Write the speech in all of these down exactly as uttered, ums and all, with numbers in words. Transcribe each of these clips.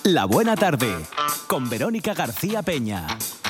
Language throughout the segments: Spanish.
La Buena Tarde, con Verónica García Peña.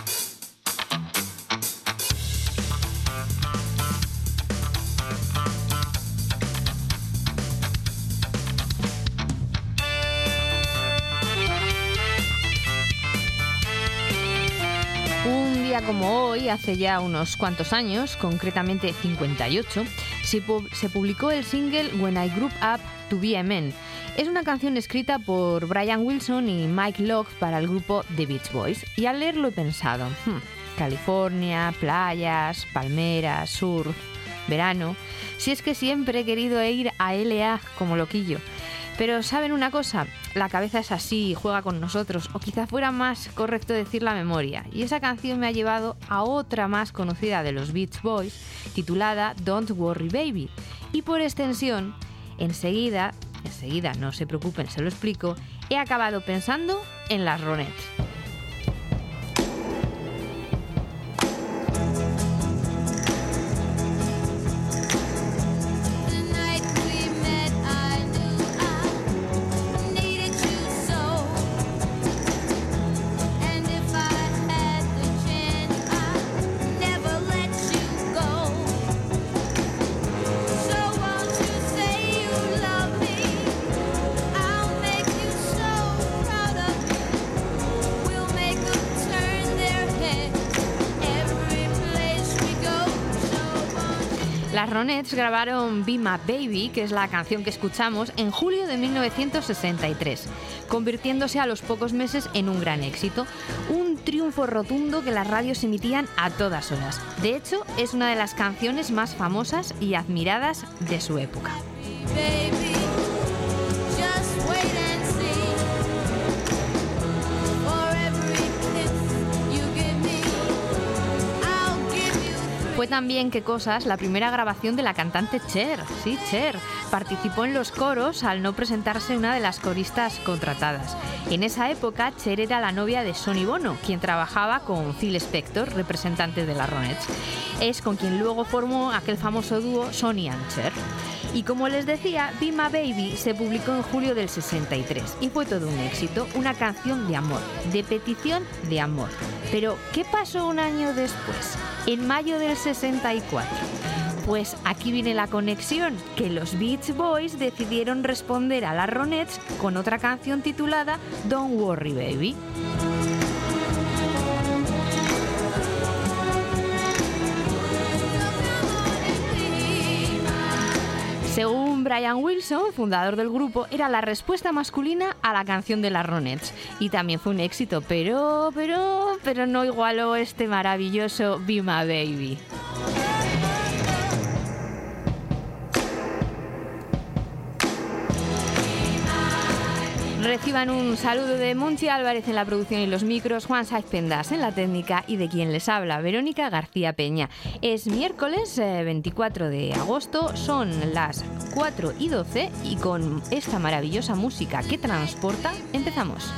Un día como hoy, hace ya unos cuantos años, concretamente cincuenta y ocho, se, pu- se publicó el single When I Grew Up to Be a Man. Es una canción escrita por Brian Wilson y Mike Love para el grupo The Beach Boys. Y al leerlo he pensado, hmm, California, playas, palmeras, surf, verano. Si es que siempre he querido ir a L A como loquillo. Pero ¿saben una cosa? La cabeza es así, juega con nosotros, o quizá fuera más correcto decir la memoria. Y esa canción me ha llevado a otra más conocida de los Beach Boys, titulada Don't Worry Baby. Y por extensión, enseguida, enseguida, no se preocupen, se lo explico, he acabado pensando en las Ronettes. Las Ronettes grabaron Be My Baby, que es la canción que escuchamos, en julio de mil novecientos sesenta y tres, convirtiéndose a los pocos meses en un gran éxito, un triunfo rotundo que las radios emitían a todas horas. De hecho, es una de las canciones más famosas y admiradas de su época. Baby, just wait and see. Fue también, qué cosas, la primera grabación de la cantante Cher. Sí, Cher. Participó en los coros al no presentarse una de las coristas contratadas. En esa época, Cher era la novia de Sonny Bono, quien trabajaba con Phil Spector, representante de las Ronettes. Es con quien luego formó aquel famoso dúo Sonny and Cher. Y como les decía, Be My Baby se publicó en julio del sesenta y tres y fue todo un éxito, una canción de amor, de petición de amor. Pero, ¿qué pasó un año después? En mayo del sesenta y cuatro. Pues aquí viene la conexión, que los Beach Boys decidieron responder a las Ronettes con otra canción titulada Don't Worry Baby. Según Brian Wilson, fundador del grupo, era la respuesta masculina a la canción de las Ronettes. Y también fue un éxito, pero, pero, pero no igualó este maravilloso Be My Baby. Reciban un saludo de Monchi Álvarez en la producción y los micros, Juan Saiz Pendas en la técnica y de quien les habla, Verónica García Peña. Es miércoles eh, veinticuatro de agosto, son las cuatro y doce y con esta maravillosa música que transporta, empezamos.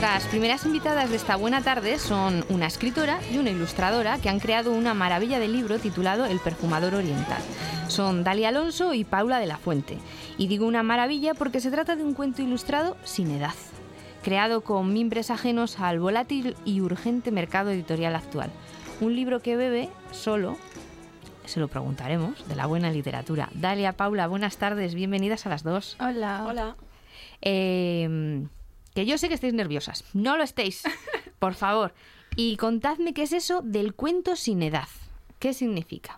Nuestras primeras invitadas de esta buena tarde son una escritora y una ilustradora que han creado una maravilla de libro titulado El perfumador oriental. Son Dalia Alonso y Paula de la Fuente. Y digo una maravilla porque se trata de un cuento ilustrado sin edad, creado con mimbres ajenos al volátil y urgente mercado editorial actual. Un libro que bebe solo, se lo preguntaremos, de la buena literatura. Dalia, Paula, buenas tardes, bienvenidas a las dos. Hola. Hola. Eh, que yo sé que estáis nerviosas, no lo estéis, por favor. Y contadme qué es eso del cuento sin edad. ¿Qué significa?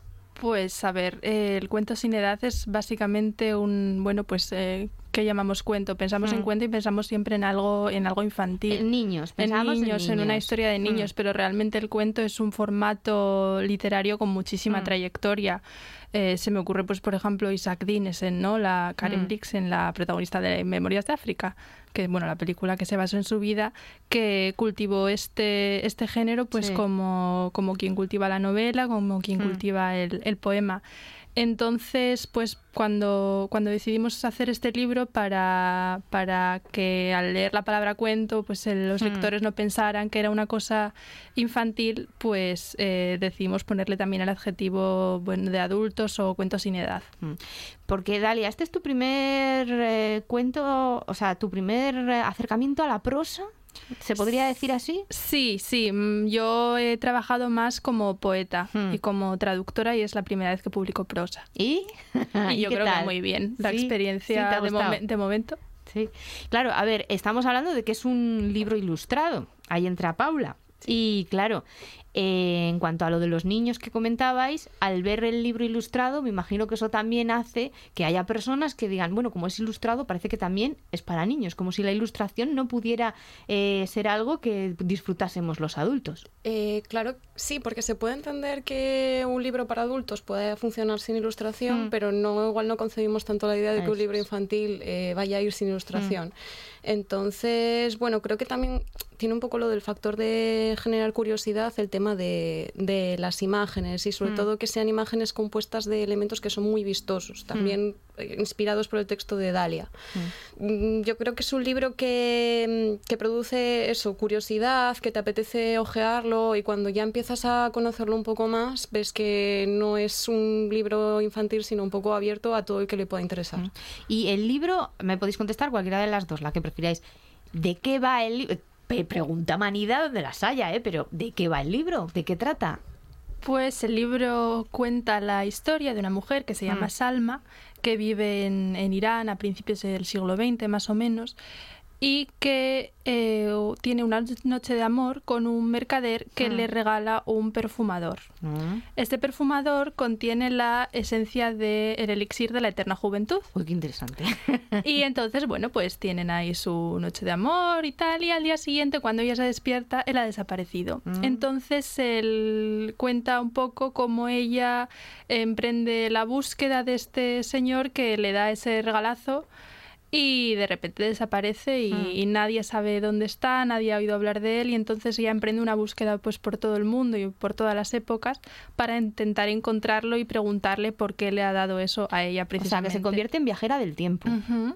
Pues a ver, eh, el cuento sin edad es básicamente un, bueno, pues, eh, ¿qué llamamos cuento? Pensamos mm. en cuento y pensamos siempre en algo, en algo infantil. En niños, en pensamos niños, en niños, en una historia de niños, mm. pero realmente el cuento es un formato literario con muchísima mm. trayectoria. Eh, se me ocurre, pues, por ejemplo, Isaac Dinesen, ¿no? La Karen mm. Blixen, la protagonista de Memorias de África, que, bueno, la película que se basó en su vida, que cultivó este, este género, pues, sí. como, como quien cultiva la novela, como quien mm. cultiva el, el poema. Entonces, pues cuando, cuando decidimos hacer este libro para, para que al leer la palabra cuento, pues el, los mm. lectores no pensaran que era una cosa infantil, pues eh, decidimos ponerle también el adjetivo, bueno, de adultos o cuento sin edad. Porque, Dalia, este es tu primer eh, cuento, o sea, tu primer acercamiento a la prosa. ¿Se podría decir así? Sí, sí. Yo he trabajado más como poeta hmm. y como traductora y es la primera vez que publico prosa. ¿Y? y yo ¿Y creo tal? que muy bien. La ¿Sí? experiencia ¿Sí? de, momen- de momento. Sí. Claro, a ver, estamos hablando de que es un libro ilustrado. Ahí entra Paula. Sí. Y claro, eh, en cuanto a lo de los niños que comentabais, al ver el libro ilustrado, me imagino que eso también hace que haya personas que digan, bueno, como es ilustrado, parece que también es para niños, como si la ilustración no pudiera eh, ser algo que disfrutásemos los adultos. Eh, claro, sí, porque se puede entender que un libro para adultos puede funcionar sin ilustración, mm. pero no igual no concebimos tanto la idea de que Eso. un libro infantil eh, vaya a ir sin ilustración. Mm. Entonces, bueno, creo que también tiene un poco lo del factor de generar curiosidad, el tema de, de las imágenes y sobre mm. todo que sean imágenes compuestas de elementos que son muy vistosos, también mm. inspirados por el texto de Dalia. Mm. Yo creo que es un libro que, que produce eso, curiosidad, que te apetece ojearlo y cuando ya empiezas a conocerlo un poco más, ves que no es un libro infantil, sino un poco abierto a todo el que le pueda interesar. Mm. Y el libro, me podéis contestar cualquiera de las dos, la que prefiráis. ¿De qué va el libro? Pregunta manida donde las haya, ¿eh? Pero ¿de qué va el libro? ¿De qué trata? Pues el libro cuenta la historia de una mujer que se llama mm. Salma, que vive en, en Irán a principios del siglo veinte, más o menos, y que eh, tiene una noche de amor con un mercader que mm. le regala un perfumador. Mm. Este perfumador contiene la esencia del elixir de la eterna juventud. Uy, qué interesante. Y entonces, bueno, pues tienen ahí su noche de amor y tal, y al día siguiente, cuando ella se despierta, él ha desaparecido. Mm. Entonces, él cuenta un poco cómo ella emprende la búsqueda de este señor que le da ese regalazo, y de repente desaparece y, mm. y nadie sabe dónde está, nadie ha oído hablar de él y entonces ella emprende una búsqueda pues por todo el mundo y por todas las épocas para intentar encontrarlo y preguntarle por qué le ha dado eso a ella precisamente. O sea, que se convierte en viajera del tiempo. Uh-huh.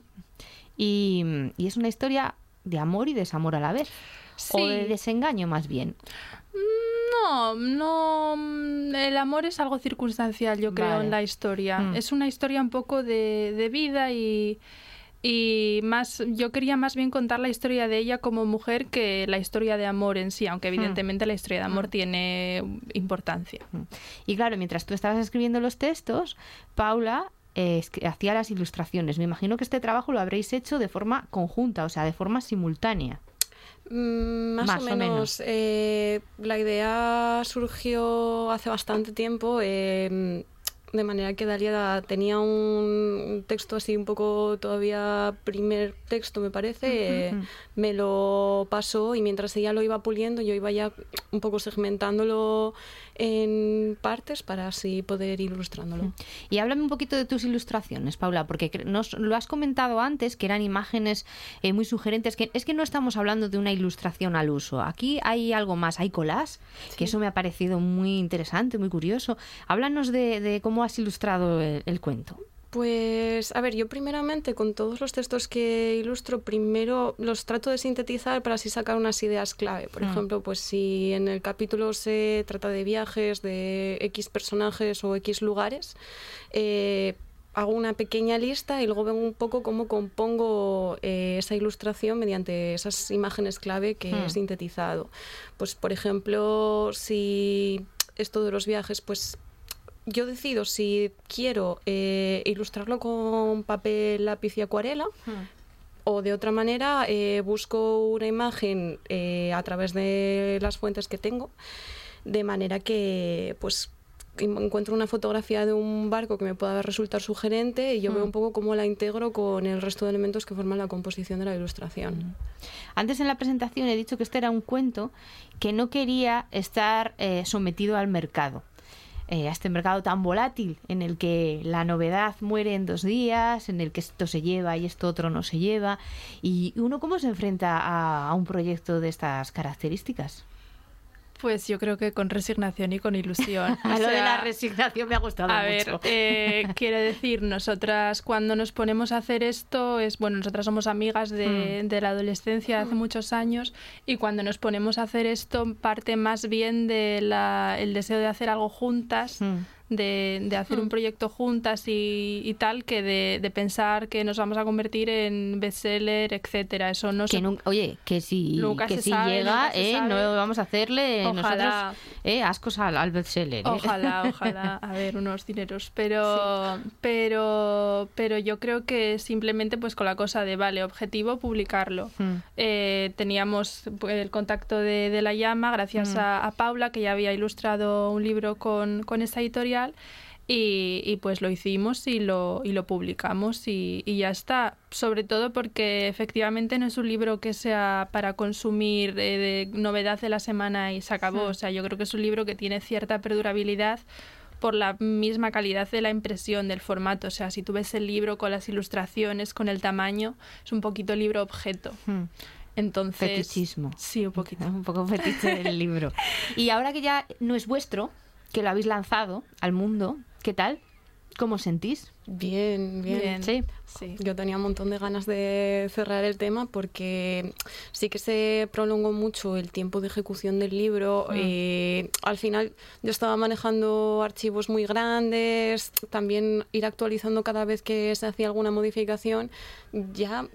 Y, y es una historia de amor y desamor a la vez. Sí. O de desengaño más bien. No, no. El amor es algo circunstancial, yo creo, vale. en la historia. Mm. Es una historia un poco de, de vida y... Y más, yo quería más bien contar la historia de ella como mujer que la historia de amor en sí, aunque evidentemente mm. la historia de amor mm. tiene importancia. Y claro, mientras tú estabas escribiendo los textos, Paula eh, hacía las ilustraciones. Me imagino que este trabajo lo habréis hecho de forma conjunta, o sea, de forma simultánea. Mm, más, más o menos. O menos. Eh, la idea surgió hace bastante tiempo. Eh, de manera que Dalia tenía un texto así un poco todavía primer texto, me parece, uh-huh. eh, me lo pasó y mientras ella lo iba puliendo yo iba ya un poco segmentándolo en partes para así poder ir ilustrándolo. Y háblame un poquito de tus ilustraciones, Paula, porque nos lo has comentado antes, que eran imágenes eh, muy sugerentes, que es que no estamos hablando de una ilustración al uso. Aquí hay algo más, hay collage, sí. que eso me ha parecido muy interesante, muy curioso. Háblanos de, de cómo has ilustrado el, el cuento. Pues, a ver, yo primeramente con todos los textos que ilustro, primero los trato de sintetizar para así sacar unas ideas clave. Por mm. ejemplo, pues si en el capítulo se trata de viajes, de X personajes o X lugares, eh, hago una pequeña lista y luego veo un poco cómo compongo eh, esa ilustración mediante esas imágenes clave que mm. he sintetizado. Pues, por ejemplo, si esto de los viajes, pues yo decido si quiero eh, ilustrarlo con papel, lápiz y acuarela hmm. o de otra manera eh, busco una imagen eh, a través de las fuentes que tengo, de manera que pues encuentro una fotografía de un barco que me pueda resultar sugerente y yo hmm. veo un poco cómo la integro con el resto de elementos que forman la composición de la ilustración. Antes en la presentación he dicho que este era un cuento que no quería estar eh, sometido al mercado. Eh, a este mercado tan volátil en el que la novedad muere en dos días, en el que esto se lleva y esto otro no se lleva. ¿Y uno cómo se enfrenta a, a un proyecto de estas características? Pues yo creo que con resignación y con ilusión. A lo sea, de la resignación me ha gustado a mucho. A ver, eh, quiero decir, nosotras cuando nos ponemos a hacer esto, es bueno, nosotras somos amigas de, mm. de la adolescencia hace mm. muchos años y cuando nos ponemos a hacer esto parte más bien del de deseo de hacer algo juntas, mm. de, de hacer un proyecto juntas y, y tal, que de, de pensar que nos vamos a convertir en bestseller, etcétera. Eso no que se, nunca, oye, que si, nunca que se si sabe, llega, se eh, sabe. no vamos a hacerle ojalá, nosotros eh, ascos al, al bestseller. Eh. Ojalá, ojalá, a ver, unos dineros. Pero, sí. pero, pero yo creo que simplemente pues con la cosa de, vale, objetivo, publicarlo. Hmm. Eh, teníamos el contacto de, de La Llama gracias hmm. a, a Paula, que ya había ilustrado un libro con, con esa editorial. Y, y pues lo hicimos y lo, y lo publicamos y, y ya está. Sobre todo porque efectivamente no es un libro que sea para consumir eh, de novedad de la semana y se acabó. Sí. O sea, yo creo que es un libro que tiene cierta perdurabilidad por la misma calidad de la impresión, del formato. O sea, si tú ves el libro con las ilustraciones, con el tamaño, es un poquito libro objeto. Hmm. Entonces, fetichismo. Sí, un poquito. Un poco fetiche del libro. Y ahora que ya no es vuestro, que lo habéis lanzado al mundo, ¿qué tal? ¿Cómo os sentís? Bien, bien. bien. ¿Sí? Sí. Yo tenía un montón de ganas de cerrar el tema porque sí que se prolongó mucho el tiempo de ejecución del libro. Mm. Eh, al final yo estaba manejando archivos muy grandes, también ir actualizando cada vez que se hacía alguna modificación. Ya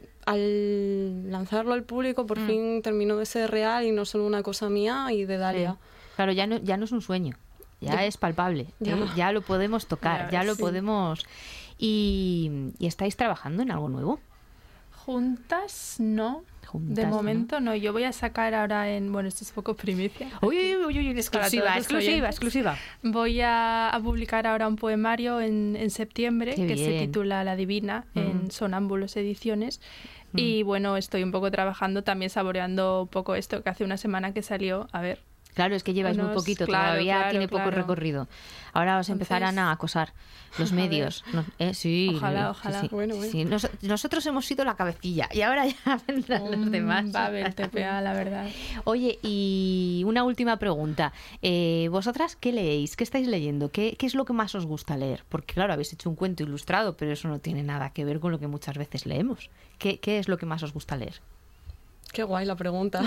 al lanzarlo al público por mm. fin terminó de ser real y no solo una cosa mía y de Dalia. Sí. Claro, ya no, ya no es un sueño. Ya, ya es palpable, ya. ¿eh? Ya lo podemos tocar, ya, ya lo sí. podemos... Y, ¿Y estáis trabajando en algo nuevo? Juntas, no. Juntas, de momento no. no. Yo voy a sacar ahora en... Bueno, esto es poco primicia. Uy, uy, uy, uy exclusiva, exclusiva, exclusiva. Voy a, a publicar ahora un poemario en, en septiembre Qué que bien. se titula La Divina, mm. en Sonámbulos Ediciones. Mm. Y bueno, estoy un poco trabajando, también saboreando un poco esto, que hace una semana que salió. A ver... Claro, es que lleváis Unos, muy poquito, claro, todavía claro, tiene poco claro. recorrido. Ahora os empezarán Entonces, a acosar los medios. No, eh, sí, ojalá, ojalá. Sí, sí. Bueno, bueno. Sí. Nos, nosotros hemos sido la cabecilla y ahora ya vendrán um, los demás. Va a haber T P A, la verdad. Oye, y una última pregunta. Eh, ¿Vosotras qué leéis? ¿Qué estáis leyendo? ¿Qué, ¿Qué es lo que más os gusta leer? Porque claro, habéis hecho un cuento ilustrado, pero eso no tiene nada que ver con lo que muchas veces leemos. ¿Qué, qué es lo que más os gusta leer? Qué guay la pregunta.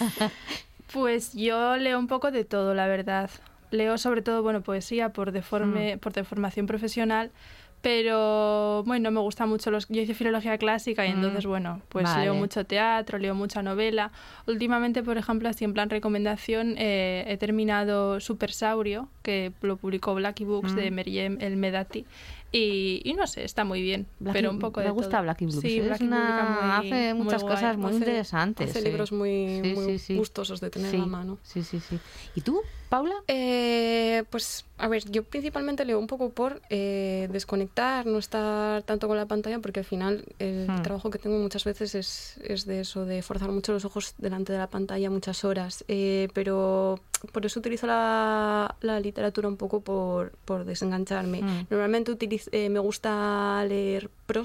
Pues yo leo un poco de todo, la verdad. Leo sobre todo, bueno, poesía por, deforme, mm. por deformación profesional, pero bueno, me gusta mucho los... Yo hice filología clásica y mm. entonces, bueno, pues vale. leo mucho teatro, leo mucha novela. Últimamente, por ejemplo, así en plan recomendación, eh, he terminado Supersaurio, que lo publicó Blackie Books, mm. de Meryem El Medati. Y, y no sé, está muy bien, Blackie, pero un poco de me gusta todo. Blackie Books. Sí, es Blackie una... muy, hace muchas muy cosas guay. muy hace, interesantes. Hace sí. libros muy, sí, muy sí, sí. gustosos de tener sí. en la mano. Sí, sí, sí. ¿Y tú, Paula? Eh, pues, a ver, yo principalmente leo un poco por eh, desconectar, no estar tanto con la pantalla, porque al final el hmm. trabajo que tengo muchas veces es, es de eso, de forzar mucho los ojos delante de la pantalla muchas horas. Eh, pero por eso utilizo la, la literatura un poco por, por desengancharme. Hmm. Normalmente utilizo, eh, me gusta leer prosa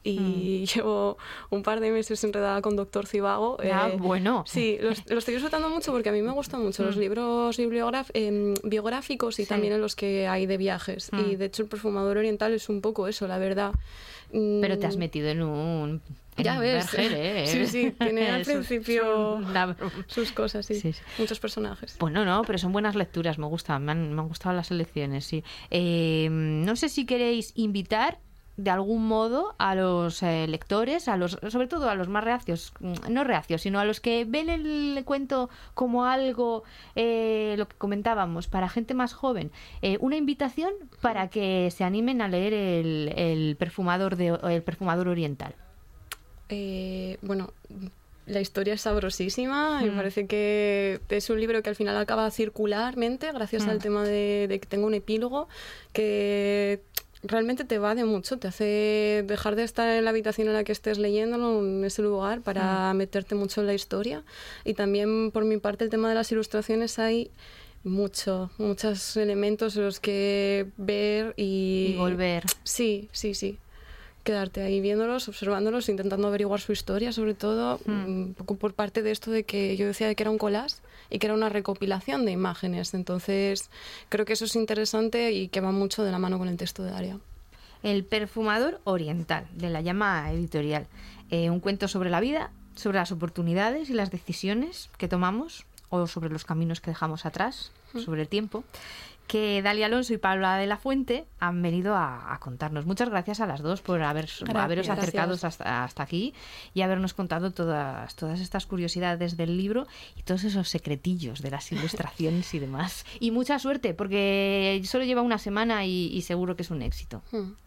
y mm. llevo un par de meses enredada con Doctor Zivago. Ah, eh, bueno. Sí, lo, lo estoy disfrutando mucho porque a mí me gustan mucho mm. los libros bibliograf- eh, biográficos y sí. también en los que hay de viajes. Mm. Y de hecho El perfumador oriental es un poco eso, la verdad. Mm. Pero te has metido en un... En ya ves, Berger, ¿eh? Sí, sí, tiene al principio sus, la... sus cosas, sí. Sí, sí, muchos personajes. Pues no, no, pero son buenas lecturas, me gustan, me han, me han gustado las selecciones, sí. Eh, no sé si queréis invitar de algún modo a los eh, lectores, a los, sobre todo a los más reacios, no reacios, sino a los que ven el cuento como algo, eh, lo que comentábamos, para gente más joven, eh, una invitación para que se animen a leer el, el perfumador de, el perfumador oriental. Eh, bueno, la historia es sabrosísima. Mm. Me parece que es un libro que al final acaba circularmente gracias mm. al tema de, de que tenga un epílogo que realmente te va de mucho, te hace dejar de estar en la habitación en la que estés leyéndolo, en ese lugar, para mm. meterte mucho en la historia. Y también por mi parte el tema de las ilustraciones, hay mucho, muchos elementos en los que ver y... y volver. Sí, sí, sí. Quedarte ahí viéndolos, observándolos, intentando averiguar su historia, sobre todo mm. un poco por parte de esto de que yo decía de que era un collage y que era una recopilación de imágenes. Entonces creo que eso es interesante y que va mucho de la mano con el texto de Daria. El perfumador oriental, de la Llama Editorial. Eh, un cuento sobre la vida, sobre las oportunidades y las decisiones que tomamos, o sobre los caminos que dejamos atrás, mm. sobre el tiempo, que Dalia Alonso y Paula de la Fuente han venido a, a contarnos. Muchas gracias a las dos por haber, gracias, haberos acercado hasta, hasta aquí y habernos contado todas, todas estas curiosidades del libro y todos esos secretillos de las ilustraciones y demás. Y mucha suerte, porque solo lleva una semana y, y seguro que es un éxito.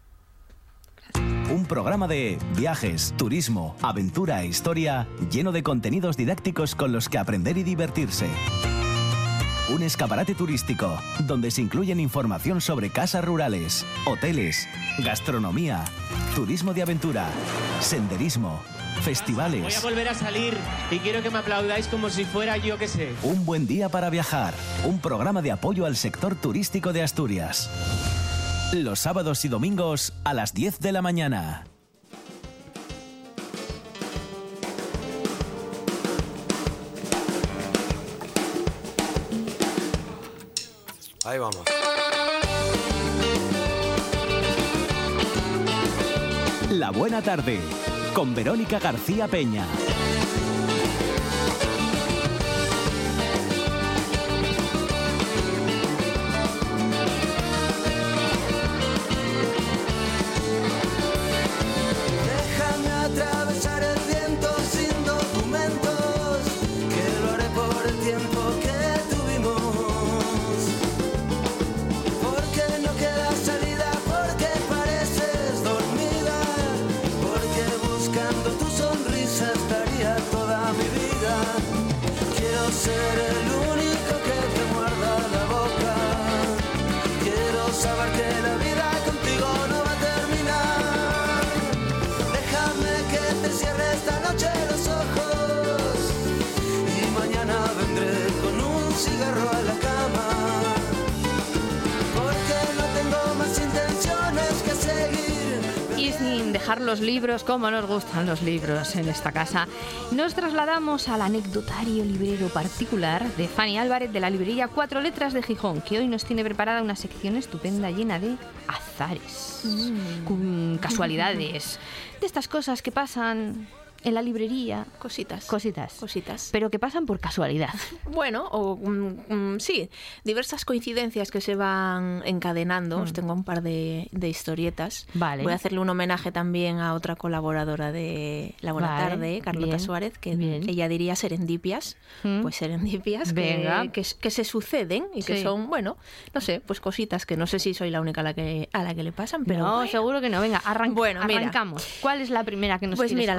Un programa de viajes, turismo, aventura e historia lleno de contenidos didácticos con los que aprender y divertirse. Un escaparate turístico donde se incluyen información sobre casas rurales, hoteles, gastronomía, turismo de aventura, senderismo, festivales. Voy a volver a salir y quiero que me aplaudáis como si fuera yo que sé. Un buen día para viajar, un programa de apoyo al sector turístico de Asturias. Los sábados y domingos a las diez de la mañana. Ahí vamos. La buena tarde, con Verónica García Peña. Los libros, como nos gustan los libros en esta casa, nos trasladamos al anecdotario librero particular de Fanny Álvarez de la librería Cuatro Letras de Gijón, que hoy nos tiene preparada una sección estupenda llena de azares, mm. casualidades, de estas cosas que pasan en la librería. Cositas. Cositas. Cositas. Pero que pasan por casualidad. Bueno, o um, um, sí, diversas coincidencias que se van encadenando. Mm. Os tengo un par de, de historietas. Vale. Voy a hacerle un homenaje también a otra colaboradora de La Buena vale. Tarde, Carlota Bien. Suárez, que Bien. Ella diría serendipias. Mm. Pues serendipias que, que, que se suceden y que sí. son, bueno, no sé, pues cositas que no sé si soy la única a la que, a la que le pasan, pero... No, bueno. seguro que no. Venga, arran- bueno, arrancamos. Mira. ¿Cuál es la primera que nos Pues quieres mira, contar? La primera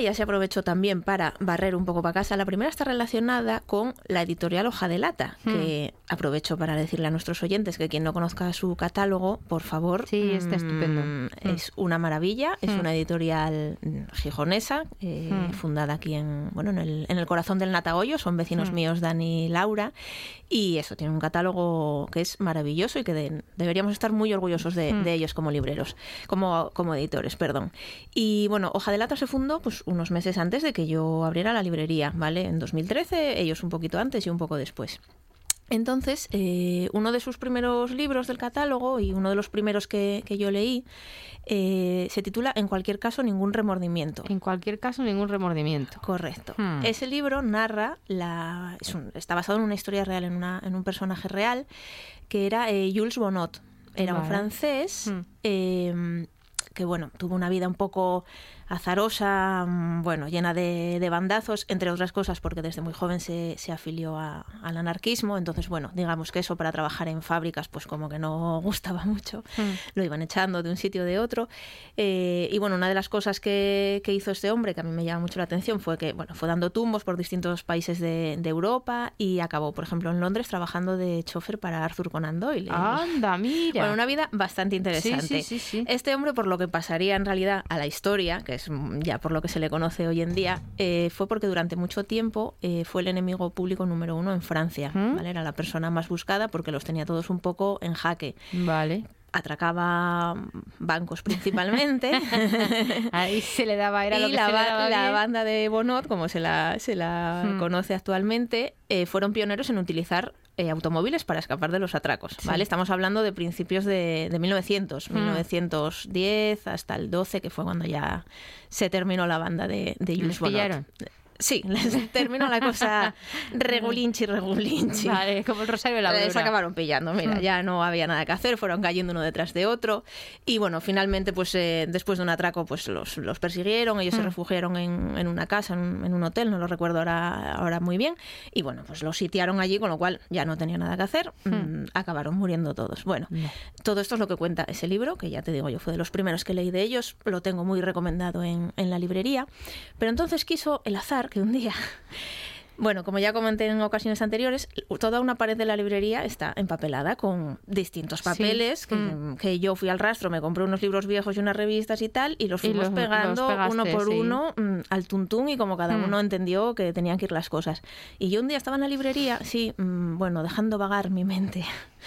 y así aprovecho también para barrer un poco para casa. La primera está relacionada con la editorial Hojadelata, mm. que aprovecho para decirle a nuestros oyentes que quien no conozca su catálogo, por favor, sí, está mmm, estupendo. Es una maravilla, es mm. una editorial gijonesa, eh, mm. fundada aquí en, bueno, en, el, en el corazón del Natahoyo, son vecinos mm. míos Dani y Laura, y eso, tiene un catálogo que es maravilloso y que de, deberíamos estar muy orgullosos de, mm. de ellos como libreros, como, como editores, perdón. Y bueno, Hojadelata se fundó pues unos meses antes de que yo abriera la librería, ¿vale? En dos mil trece, ellos un poquito antes y un poco después. Entonces, eh, uno de sus primeros libros del catálogo y uno de los primeros que, que yo leí eh, se titula En cualquier caso, ningún remordimiento. En cualquier caso, ningún remordimiento. Correcto. Hmm. Ese libro narra, la, es un, está basado en una historia real, en, una, en un personaje real, que era eh, Jules Bonnot. Era vale. un francés hmm. eh, que, bueno, tuvo una vida un poco azarosa, bueno, llena de, de bandazos, entre otras cosas porque desde muy joven se, se afilió a, al anarquismo, entonces, bueno, digamos que eso para trabajar en fábricas pues como que no gustaba mucho, mm. lo iban echando de un sitio o de otro, eh, y bueno, una de las cosas que, que hizo este hombre, que a mí me llama mucho la atención, fue que, bueno, fue dando tumbos por distintos países de, de Europa y acabó, por ejemplo, en Londres trabajando de chofer para Arthur Conan Doyle. ¡Anda, mira! Bueno, una vida bastante interesante. Sí, sí, sí, sí. Este hombre, por lo que pasaría en realidad a la historia, que es ya por lo que se le conoce hoy en día, eh, fue porque durante mucho tiempo eh, fue el enemigo público número uno en Francia. ¿Mm? ¿Vale? Era la persona más buscada porque los tenía todos un poco en jaque. Vale. Atracaba bancos principalmente. Ahí se le daba, era y lo que la, se le daba la bien. banda de Bonnot, como se la, se la hmm. conoce actualmente, eh, fueron pioneros en utilizar eh, automóviles para escapar de los atracos. Sí. ¿Vale? Estamos hablando de principios de, de mil novecientos, hmm. mil novecientos diez hasta el doce, que fue cuando ya se terminó la banda de, de Jules Bonnot. Pillaron. Sí, les terminó la cosa regulinchi, regulinchi. Vale, como el Rosario de la Aurora. Les acabaron pillando, mira, mm. ya no había nada que hacer, fueron cayendo uno detrás de otro. Y bueno, finalmente, pues eh, después de un atraco, pues los, los persiguieron, ellos mm. se refugiaron en, en una casa, en un, en un hotel, no lo recuerdo ahora, ahora muy bien. Y bueno, pues los sitiaron allí, con lo cual ya no tenía nada que hacer, mm. Mm, acabaron muriendo todos. Bueno, no. todo esto es lo que cuenta ese libro, que ya te digo yo, fue de los primeros que leí de ellos, lo tengo muy recomendado en, en la librería. Pero entonces quiso el azar que un día, bueno, como ya comenté en ocasiones anteriores, toda una pared de la librería está empapelada con distintos papeles, sí. que, mm. que yo fui al rastro, me compré unos libros viejos y unas revistas y tal, y los fuimos y los, pegando los pegaste, uno por sí. uno mm, al tuntún, y como cada mm. uno entendió que tenían que ir las cosas. Y yo un día estaba en la librería, sí, mm, bueno, dejando vagar mi mente,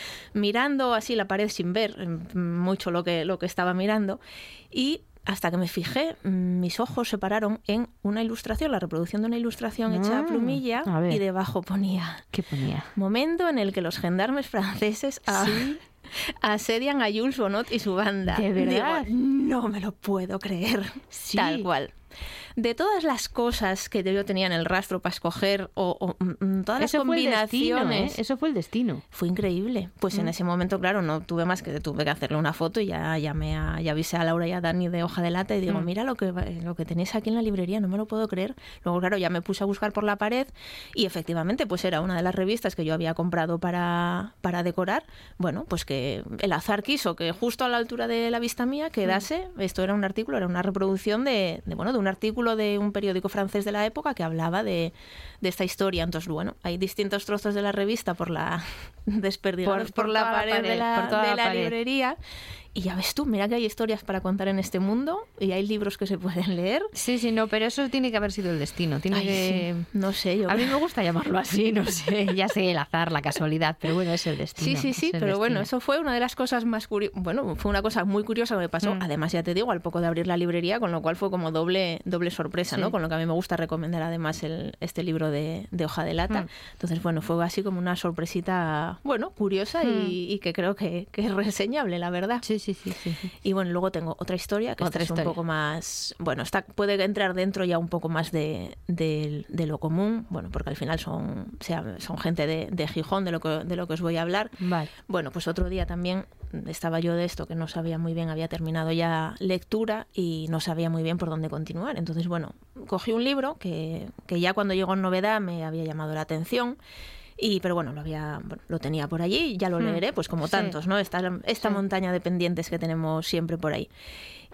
mirando así la pared sin ver mucho lo que, lo que estaba mirando, y hasta que me fijé, mis ojos se pararon en una ilustración, la reproducción de una ilustración hecha mm, a plumilla, a y debajo ponía... ¿Qué ponía? Momento en el que los gendarmes franceses a, ¿sí? asedian a Jules Bonnot y su banda. ¿De verdad? Digo, no me lo puedo creer. Sí. Tal cual. De todas las cosas que yo tenía en el rastro para escoger, o, o todas Eso las combinaciones... Fue el destino, ¿eh? Eso fue el destino. Fue increíble. Pues mm. en ese momento, claro, no tuve más que tuve que hacerle una foto y ya llamé a, ya avisé a Laura y a Dani de Hojadelata y digo, mm. mira lo que, lo que tenéis aquí en la librería, no me lo puedo creer. Luego, claro, ya me puse a buscar por la pared y efectivamente, pues era una de las revistas que yo había comprado para, para decorar. Bueno, pues que el azar quiso que justo a la altura de la vista mía quedase, mm. esto era un artículo, era una reproducción de, de, bueno, de un artículo de un periódico francés de la época que hablaba de, de esta historia. Entonces, bueno, hay distintos trozos de la revista por la desperdigados por, por, por la pared, pared de la, de la, la librería. Y ya ves tú, mira que hay historias para contar en este mundo y hay libros que se pueden leer. Sí, sí, no, pero eso tiene que haber sido el destino. Tiene Ay, que... sí. No sé, yo... A mí me gusta llamarlo así, no sé, ya sé, el azar, la casualidad, pero bueno, es el destino. Sí, sí, sí, pero destino. Bueno, eso fue una de las cosas más curiosas. Bueno, fue una cosa muy curiosa que me pasó. Mm. Además, ya te digo, al poco de abrir la librería, con lo cual fue como doble doble sorpresa, sí. ¿no? Con lo que a mí me gusta recomendar además el, este libro de, de Hojadelata. Mm. Entonces, bueno, fue así como una sorpresita, bueno, curiosa mm. y, y que creo que, que es reseñable, la verdad. Sí, sí, sí, sí. Y bueno, luego tengo otra historia que otra esta historia. es un poco más... Bueno, esta puede entrar dentro ya un poco más de, de, de lo común, bueno, porque al final son, o sea, son gente de, de Gijón, de lo, que, de lo que os voy a hablar. Vale. Bueno, pues otro día también estaba yo de esto, que no sabía muy bien, había terminado ya lectura y no sabía muy bien por dónde continuar. Entonces, bueno, cogí un libro que, que ya cuando llegó en novedad me había llamado la atención. Y, pero bueno, lo había, bueno, lo tenía por allí, ya lo leeré, pues como sí. tantos, ¿no? Esta, esta sí. montaña de pendientes que tenemos siempre por ahí.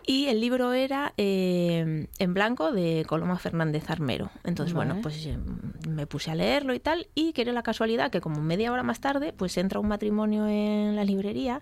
Y el libro era eh, En blanco, de Coloma Fernández Armero. Entonces, vale. bueno, pues eh, me puse a leerlo y tal, y que era la casualidad que como media hora más tarde, pues entra un matrimonio en la librería.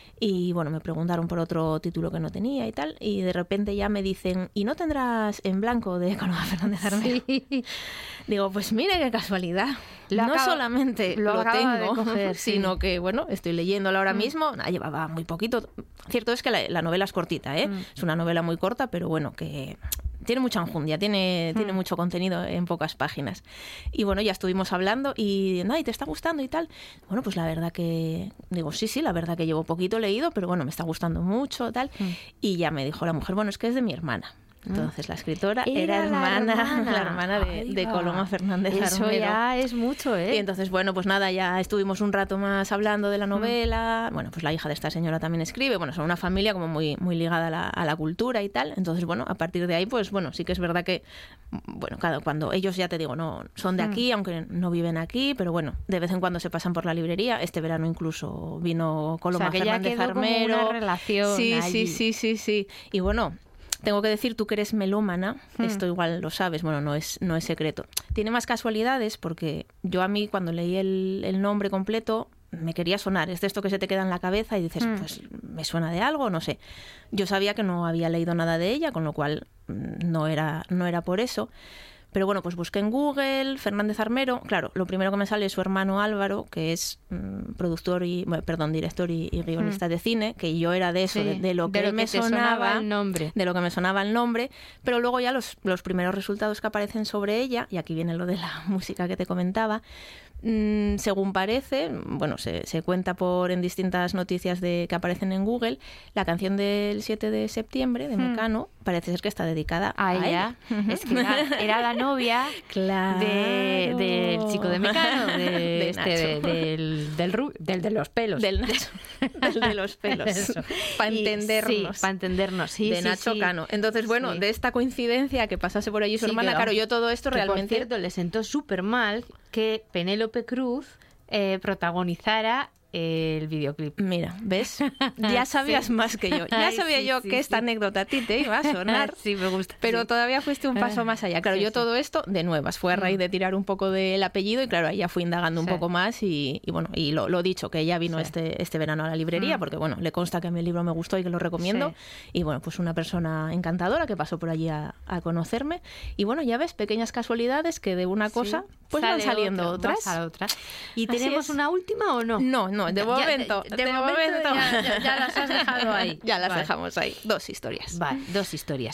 Y bueno, me preguntaron por otro título que no tenía y tal, y de repente ya me dicen, ¿y no tendrás En blanco de Coloma Fernández Armero? Sí. Digo, pues mire qué casualidad. Lo no acaba, solamente lo, lo tengo, coger, sino sí. que bueno, estoy leyéndola ahora mm. mismo. Nah, llevaba muy poquito. Cierto es que la, la novela es cortita, ¿eh? Mm. Es una novela muy corta, pero bueno, que tiene mucha enjundia, tiene, mm. tiene mucho contenido en pocas páginas. Y bueno, ya estuvimos hablando y, ¿y te está gustando y tal? Bueno, pues la verdad que, digo, sí, sí, la verdad que llevo poquito leído, pero bueno, me está gustando mucho, tal. Mm. Y ya me dijo la mujer, bueno, es que es de mi hermana. Entonces la escritora era, era hermana, la hermana, la hermana de, de Coloma Fernández Armero. Eso ya es mucho, ¿eh? Y entonces, bueno, pues nada, ya estuvimos un rato más hablando de la novela. Mm. Bueno, pues la hija de esta señora también escribe. Bueno, son una familia como muy, muy ligada a la, a la cultura y tal. Entonces, bueno, a partir de ahí, pues bueno, sí que es verdad que, bueno, cada, cuando ellos, ya te digo, no son de aquí, mm. aunque no viven aquí, pero bueno, de vez en cuando se pasan por la librería. Este verano incluso vino Coloma o sea, que Fernández ya quedó Armero. Como una relación sí, allí. sí, sí, sí, sí. Y bueno, tengo que decir, tú que eres melómana, hmm. esto igual lo sabes, bueno, no es, no es secreto. Tiene más casualidades porque yo a mí cuando leí el, el nombre completo me quería sonar. Es de esto que se te queda en la cabeza y dices, hmm. pues me suena de algo, no sé. Yo sabía que no había leído nada de ella, con lo cual no era, no era por eso. Pero bueno, pues busqué en Google Fernández Armero. Claro, lo primero que me sale es su hermano Álvaro, que es mmm, productor y, bueno, perdón, director y, y guionista mm. de cine, que yo era de eso, sí, de, de lo que, de lo me que sonaba, sonaba el nombre. De lo que me sonaba el nombre. Pero luego ya los, los primeros resultados que aparecen sobre ella, y aquí viene lo de la música que te comentaba, mmm, según parece, bueno, se, se cuenta por en distintas noticias de que aparecen en Google, la canción del siete de septiembre de Mecano mm. parece ser que está dedicada a, a ella. ella. Es que era, era la novia claro. de, del chico de Mecano, de, de este, de, del, del, ru, del de los pelos. Del Nacho. Del de los pelos. Para entendernos. Sí, para entendernos, sí. De sí, Nacho sí. Cano. Entonces, bueno, sí. de esta coincidencia que pasase por allí su sí, hermana, claro, yo todo esto que realmente... Por cierto, le sentó súper mal que Penélope Cruz eh, protagonizara el videoclip. Mira, ¿ves? Ya sabías sí. más que yo. Ya Ay, sabía sí, yo sí, que sí. esta anécdota a ti te iba a sonar. Sí, me gusta. Pero sí. todavía fuiste un paso más allá. Claro, sí, yo sí. todo esto de nuevas. Fue a raíz de tirar un poco del apellido y claro, ahí ya fui indagando un sí. poco más y, y bueno, y lo, lo dicho, que ella vino sí. este, este verano a la librería mm. porque bueno, le consta que a mí el libro me gustó y que lo recomiendo. Sí. Y bueno, pues una persona encantadora que pasó por allí a, a conocerme. Y bueno, ya ves, pequeñas casualidades que de una cosa sí. pues Sale van saliendo otra, otras. A otra. ¿Y Así tenemos es. una última o no? No, no, de ya, momento. De, de, de momento, momento ya, ya, ya las has dejado ahí. Ya las vale. dejamos ahí. Dos historias. Vale, dos historias.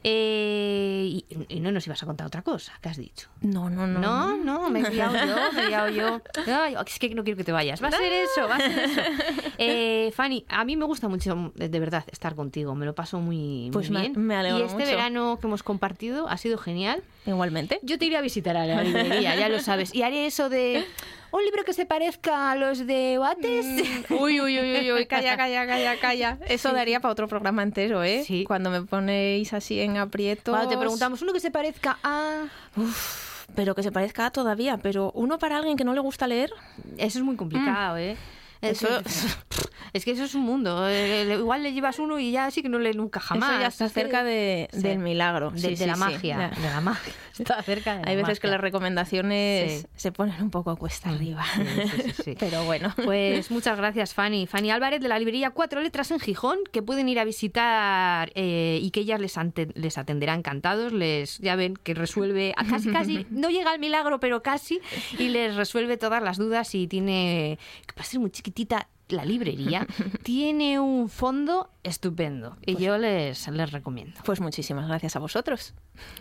Eh, y, y no nos ibas a contar otra cosa, ¿qué has dicho? No, no, no. No, no, me he liado yo, me he liado yo. Ay, es que no quiero que te vayas. Va a ser eso, va a ser eso. Eh, Fanny, a mí me gusta mucho, de verdad, estar contigo. Me lo paso muy, pues muy me, bien. Me alegro y este mucho. verano que hemos compartido ha sido genial. Igualmente. Yo te iré a visitar a la librería, ya lo sabes. Y haré eso de... un libro que se parezca a los de Oates. Mm. Uy, uy, uy, uy, calla, calla, calla, calla. Eso sí. daría para otro programa entero, ¿eh? Sí. Cuando me ponéis así en aprietos. Cuando te preguntamos uno que se parezca a... Uf, pero que se parezca a todavía. Pero uno para alguien que no le gusta leer... Eso es muy complicado, mm. ¿eh? Eso, es que eso es un mundo. Igual le llevas uno y ya sí que no lee nunca jamás. Eso ya está cerca de, sí. del milagro. De, sí, de sí, la sí. magia. Sí. De la magia. Está cerca de la Hay veces magia. que las recomendaciones sí. se ponen un poco a cuesta sí. arriba. Sí, sí, sí, sí. Pero bueno. Pues muchas gracias, Fanny. Fanny Álvarez, de la librería Cuatro Letras en Gijón, que pueden ir a visitar eh, y que ellas les, ante, les atenderá encantados. Les, ya ven que resuelve, casi, casi, no llega al milagro, pero casi, y les resuelve todas las dudas y tiene, que va a ser muy chiquitita, la librería tiene un fondo estupendo y pues, yo les, les recomiendo. Pues muchísimas gracias a vosotros.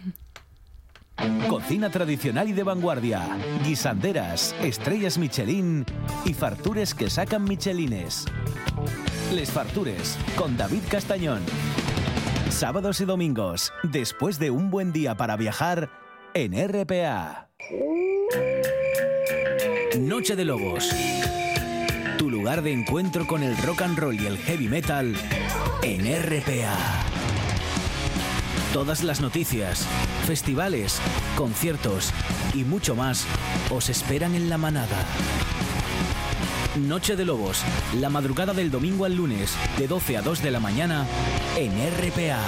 Cocina tradicional y de vanguardia, guisanderas, estrellas Michelin y fartures que sacan michelines. Les Fartures, con David Castañón. Sábados y domingos, después de un buen día para viajar, en R P A. Noche de Lobos. Tu lugar de encuentro con el rock and roll y el heavy metal en R P A. Todas las noticias, festivales, conciertos y mucho más os esperan en La Manada. Noche de Lobos, la madrugada del domingo al lunes, de doce a dos de la mañana, en R P A.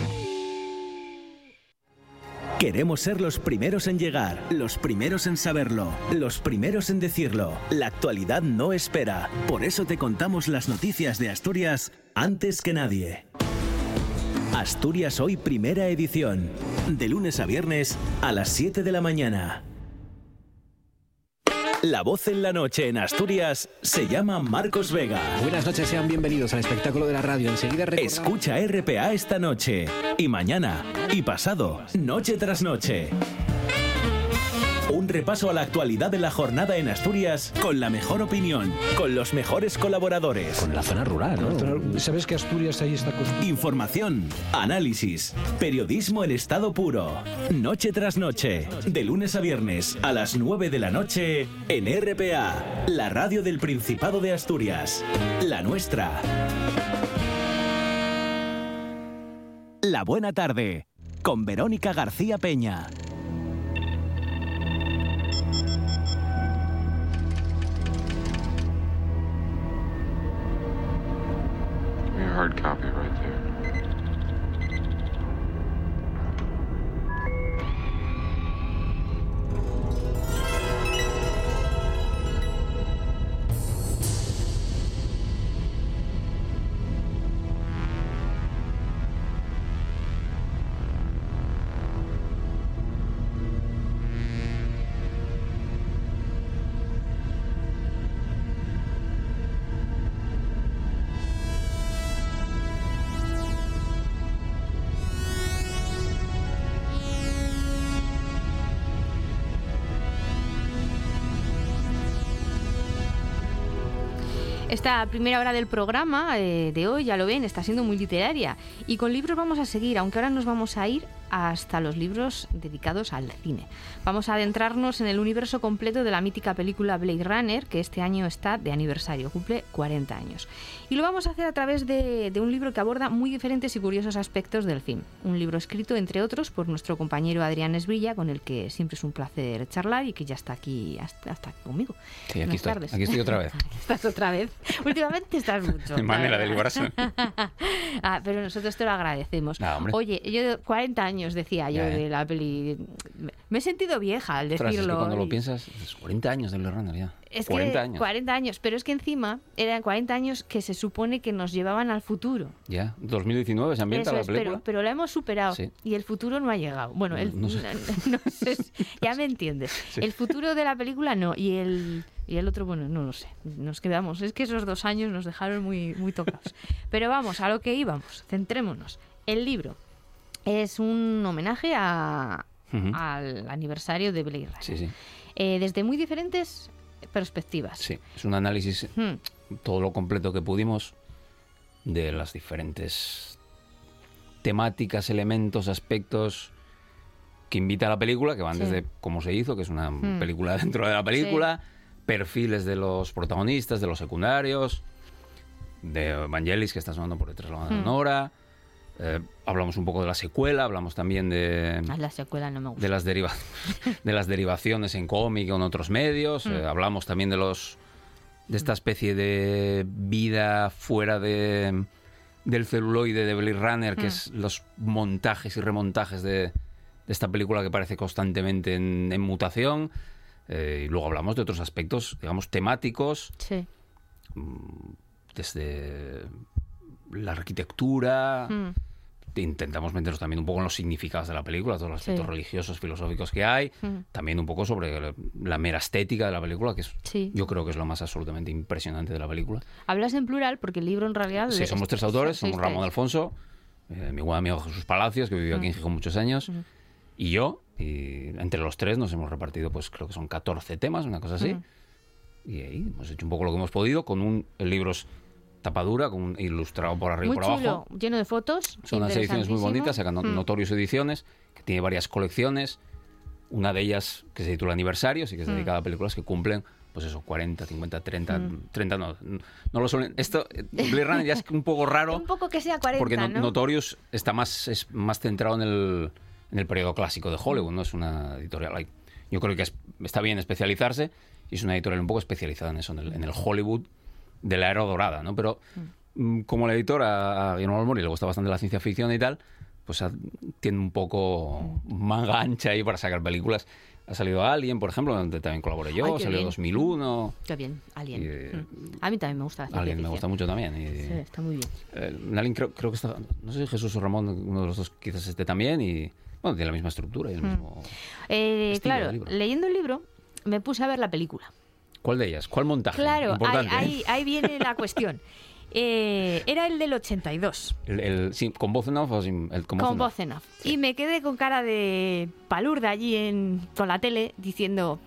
Queremos ser los primeros en llegar, los primeros en saberlo, los primeros en decirlo. La actualidad no espera. Por eso te contamos las noticias de Asturias antes que nadie. Asturias Hoy, primera edición. De lunes a viernes a las siete de la mañana. La voz en la noche en Asturias se llama Marcos Vega. Buenas noches, sean bienvenidos al espectáculo de la radio. Enseguida recordamos... Escucha R P A esta noche, y mañana, y pasado, noche tras noche. Un repaso a la actualidad de la jornada en Asturias con la mejor opinión, con los mejores colaboradores. Con la zona rural, ¿no? ¿Sabes que Asturias ahí está construida? Información, análisis, periodismo en estado puro. Noche tras noche, de lunes a viernes a las nueve de la noche en R P A, la radio del Principado de Asturias. La nuestra. La buena tarde, con Verónica García Peña. Hard copy right there. Esta primera hora del programa eh, de hoy, ya lo ven, está siendo muy literaria. Y con libros vamos a seguir, aunque ahora nos vamos a ir hasta los libros dedicados al cine. Vamos a adentrarnos en el universo completo de la mítica película Blade Runner, que este año está de aniversario, cumple cuarenta años. Y lo vamos a hacer a través de, de un libro que aborda muy diferentes y curiosos aspectos del film. Un libro escrito, entre otros, por nuestro compañero Adrián Esbrilla, con el que siempre es un placer charlar y que ya está aquí, hasta, hasta aquí conmigo. Sí, aquí estoy, aquí estoy otra vez. Estás otra vez. Últimamente estás mucho. De manera de librarse. Ah, pero nosotros te lo agradecemos. Nah, Oye, yo cuarenta años decía yo ya, de la peli. Me he sentido vieja al decirlo. Ostras, es que cuando lo piensas, es cuarenta años de Blade Runner ya. Es cuarenta que años. cuarenta años, pero es que encima eran cuarenta años que se supone que nos llevaban al futuro. Ya, dos mil diecinueve se ambienta Eso la es, película. Pero, pero la hemos superado, sí. Y el futuro no ha llegado. Bueno, el, no, sé. no, no sé, ya me entiendes. Sí. El futuro de la película no, y el y el otro, bueno, no lo sé. Nos quedamos. Es que esos dos años nos dejaron muy, muy tocados. Pero vamos, a lo que íbamos. Centrémonos. El libro es un homenaje a, uh-huh. al aniversario de Blade Runner. Sí, sí. Eh, desde muy diferentes perspectivas. Sí, es un análisis hmm. todo lo completo que pudimos de las diferentes temáticas, elementos, aspectos que invita a la película, que van sí. desde cómo se hizo, que es una hmm. película dentro de la película, sí. perfiles de los protagonistas, de los secundarios, de Vangelis, que está sonando por detrás de la banda hmm. sonora. Eh, hablamos un poco de la secuela, hablamos también de, ah, la secuela no me gusta. de, las, deriva- de las derivaciones en cómic o en otros medios. Mm. Eh, hablamos también de los de esta especie de vida fuera de, del celuloide de Blade Runner, mm. que es los montajes y remontajes de, de esta película que parece constantemente en, en mutación. Eh, y luego hablamos de otros aspectos, digamos, temáticos. Sí. Desde la arquitectura... Mm. Intentamos meternos también un poco en los significados de la película, todos los aspectos sí. religiosos, filosóficos que hay, mm. también un poco sobre la mera estética de la película, que es, sí. yo creo que es lo más absolutamente impresionante de la película. Hablas en plural porque el libro en realidad... Sí, somos tres autores, somos Ramón Alfonso, eh, mi buen amigo Jesús Palacios, que vivió mm. aquí en Gijón muchos años, mm. y yo, y entre los tres nos hemos repartido, pues creo que son catorce temas, una cosa así, mm. y ahí hemos hecho un poco lo que hemos podido, con un el libro tapadura, con un ilustrado por arriba y por chulo, abajo. Lleno de fotos. Son unas ediciones muy bonitas, sacan mm. Notorious Ediciones, que tiene varias colecciones. Una de ellas que se titula Aniversarios y que es mm. dedicada a películas que cumplen, pues eso, cuarenta, cincuenta, treinta, mm. treinta, no, no lo suelen. Esto, Blade Runner ya es un poco raro. Un poco que sea cuarenta, porque ¿no? Notorious está más, es más centrado en el, en el periodo clásico de Hollywood, ¿no? Es una editorial. Hay, yo creo que es, está bien especializarse, y es una editorial un poco especializada en eso, en el, en el Hollywood de la era dorada, ¿no? Pero mm. como la editora, a Guillermo del Mori le gusta bastante la ciencia ficción y tal, pues a, tiene un poco manga ancha ahí para sacar películas. Ha salido Alien, por ejemplo, donde también colaboré yo, Ay, salió bien. dos mil uno. Qué bien, Alien. Y, eh, mm. A mí también me gusta la ciencia Alien me ficción. gusta mucho también. Y, sí, está muy bien. Eh, Alien creo, creo que está, no sé si Jesús o Ramón, uno de los dos quizás esté también, y bueno, tiene la misma estructura y el mm. mismo eh, estilo Claro, de libro. leyendo el libro me puse a ver la película. ¿Cuál de ellas? ¿Cuál montaje? Claro, Importante, ahí, ¿eh? ahí, ahí viene la cuestión. Eh, era el del ochenta y dos. El, el, sí, ¿con voz en off o sin el, con voz Con en voz off? en off. Sí. Y me quedé con cara de palurda allí en, con la tele diciendo...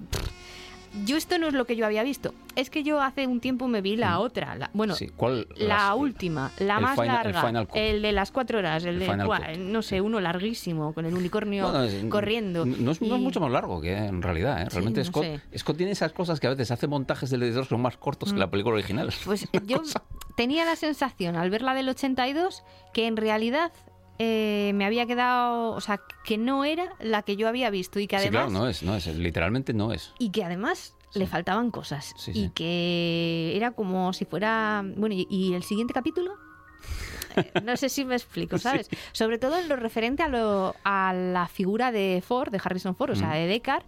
Yo esto no es lo que yo había visto. Es que yo hace un tiempo me vi la mm. otra. La, bueno, sí. ¿Cuál, la las, última, la el más final, larga. El, final el de las cuatro horas. El, el de, final cual, no sé, uno larguísimo, con el unicornio bueno, es, corriendo. No es, y... no es mucho más largo que en realidad. ¿eh? Realmente sí, no Scott, sé. Scott tiene esas cosas que a veces hace montajes del editor que son más cortos mm. que la película original. Pues yo cosa. tenía la sensación al ver la del ochenta y dos que en realidad... Eh, me había quedado, o sea, que no era la que yo había visto y que además... Sí, claro, no es, no es, literalmente no es. Y que además sí. le faltaban cosas sí, y sí. que era como si fuera... Bueno, ¿y, y el siguiente capítulo? eh, no sé si me explico, ¿sabes? Sí. Sobre todo en lo referente a, lo, a la figura de Ford, de Harrison Ford, o sea, mm. de Deckard,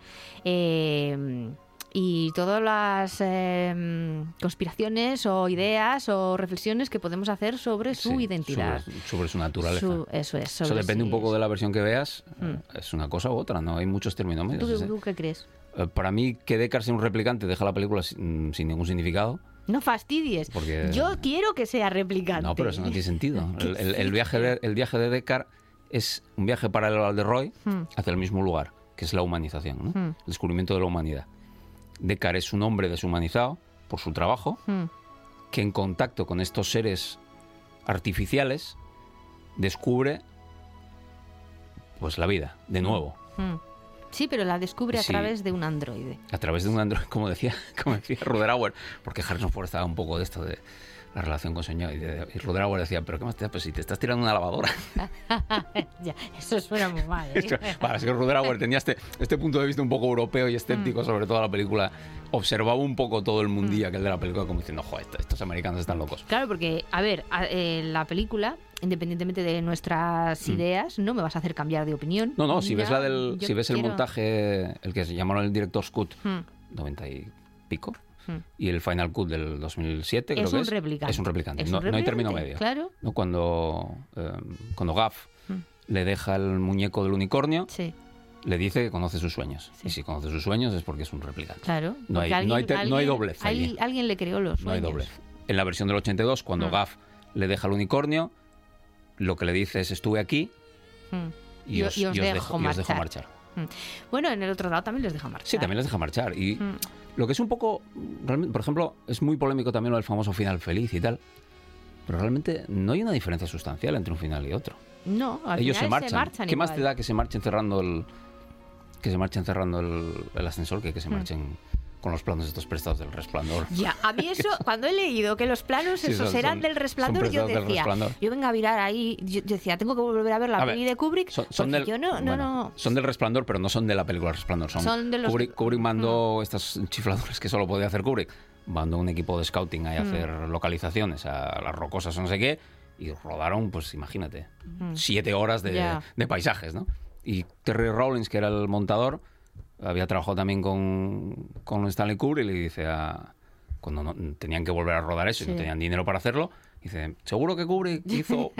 eh, y todas las eh, conspiraciones o ideas o reflexiones que podemos hacer sobre su sí, identidad. Sobre, sobre su naturaleza. Su, eso es. Eso depende si un poco es. de la versión que veas. Mm. Es una cosa u otra, no hay muchos términos medios. ¿Tú, ¿tú qué crees? Eh, para mí, que Deckard sea un replicante deja la película sin, sin ningún significado. No fastidies. Porque... Yo quiero que sea replicante. No, pero eso no tiene sentido. El, el, el, viaje, de, el viaje de Deckard es un viaje paralelo al de Roy mm. hacia el mismo lugar, que es la humanización, ¿no? Mm. El descubrimiento de la humanidad. Deckard es un hombre deshumanizado por su trabajo, mm. que en contacto con estos seres artificiales descubre pues la vida, de nuevo. Mm. Sí, pero la descubre a sí, través de un androide. A través de un androide, como decía, como decía Ruderauer, porque Harrison Ford estaba un poco de esto de la relación con Señor. Y, de, y Ruderauer decía, pero ¿qué más te da? Pues si te estás tirando una lavadora. Ya, eso suena muy mal, ¿eh? Para es que Ruderauer tenía este, este punto de vista un poco europeo y escéptico mm. sobre toda la película. Observaba un poco todo el mundillo mm. aquel de la película como diciendo, joder, estos americanos están locos. Claro, porque, a ver, a, eh, la película, independientemente de nuestras mm. ideas, no me vas a hacer cambiar de opinión. No, no, si ves, la del, si ves quiero... el montaje, el que se llamaron el Director's Cut, mm. noventa y pico, y el Final Cut del dos mil siete, creo es que un es. Replicante. Es un replicante. Es no, un replicante. No hay término medio. Claro. ¿No? Cuando, eh, cuando Gaff mm. le deja el muñeco del unicornio, sí. le dice que conoce sus sueños. Sí. Y si conoce sus sueños es porque es un replicante. Claro. No hay, alguien, no hay, te, alguien, no hay doblez. Alguien, alguien le creó los sueños. No hay doblez. En la versión del ochenta y dos, cuando mm. Gaff le deja el unicornio, lo que le dice es estoy aquí mm. y, os, y, os, y, os dejo, y os dejo marchar. Mm. Bueno, en el otro lado también les deja marchar. Sí, también les deja marchar. Y mm. lo que es un poco... Por ejemplo, es muy polémico también lo del famoso final feliz y tal. Pero realmente no hay una diferencia sustancial entre un final y otro. No, al Ellos final se marchan. se marchan ¿Qué igual. más te da que se marchen cerrando el... que se marchen cerrando el, el ascensor que que se marchen... Mm. con los planos estos prestados del Resplandor. Ya, a mí eso, cuando he leído que los planos sí, esos son, eran son, del Resplandor, yo decía, yo venga a mirar ahí, yo, yo decía, tengo que volver a ver la a peli ver, de Kubrick, son, son porque del, yo no, no, bueno, no... Son del Resplandor, pero no son de la película Resplandor, son, son de los... Kubrick, Kubrick mandó mm. estas chifladuras que solo podía hacer Kubrick, mandó un equipo de scouting ahí a mm. hacer localizaciones a las rocosas o no sé qué, y rodaron, pues imagínate, mm. siete horas de, yeah. de paisajes, ¿no? Y Terry Rawlings, que era el montador, había trabajado también con, con Stanley Kubrick y le dice a... Cuando no, tenían que volver a rodar eso sí. y no tenían dinero para hacerlo, dice, seguro que Kubrick hizo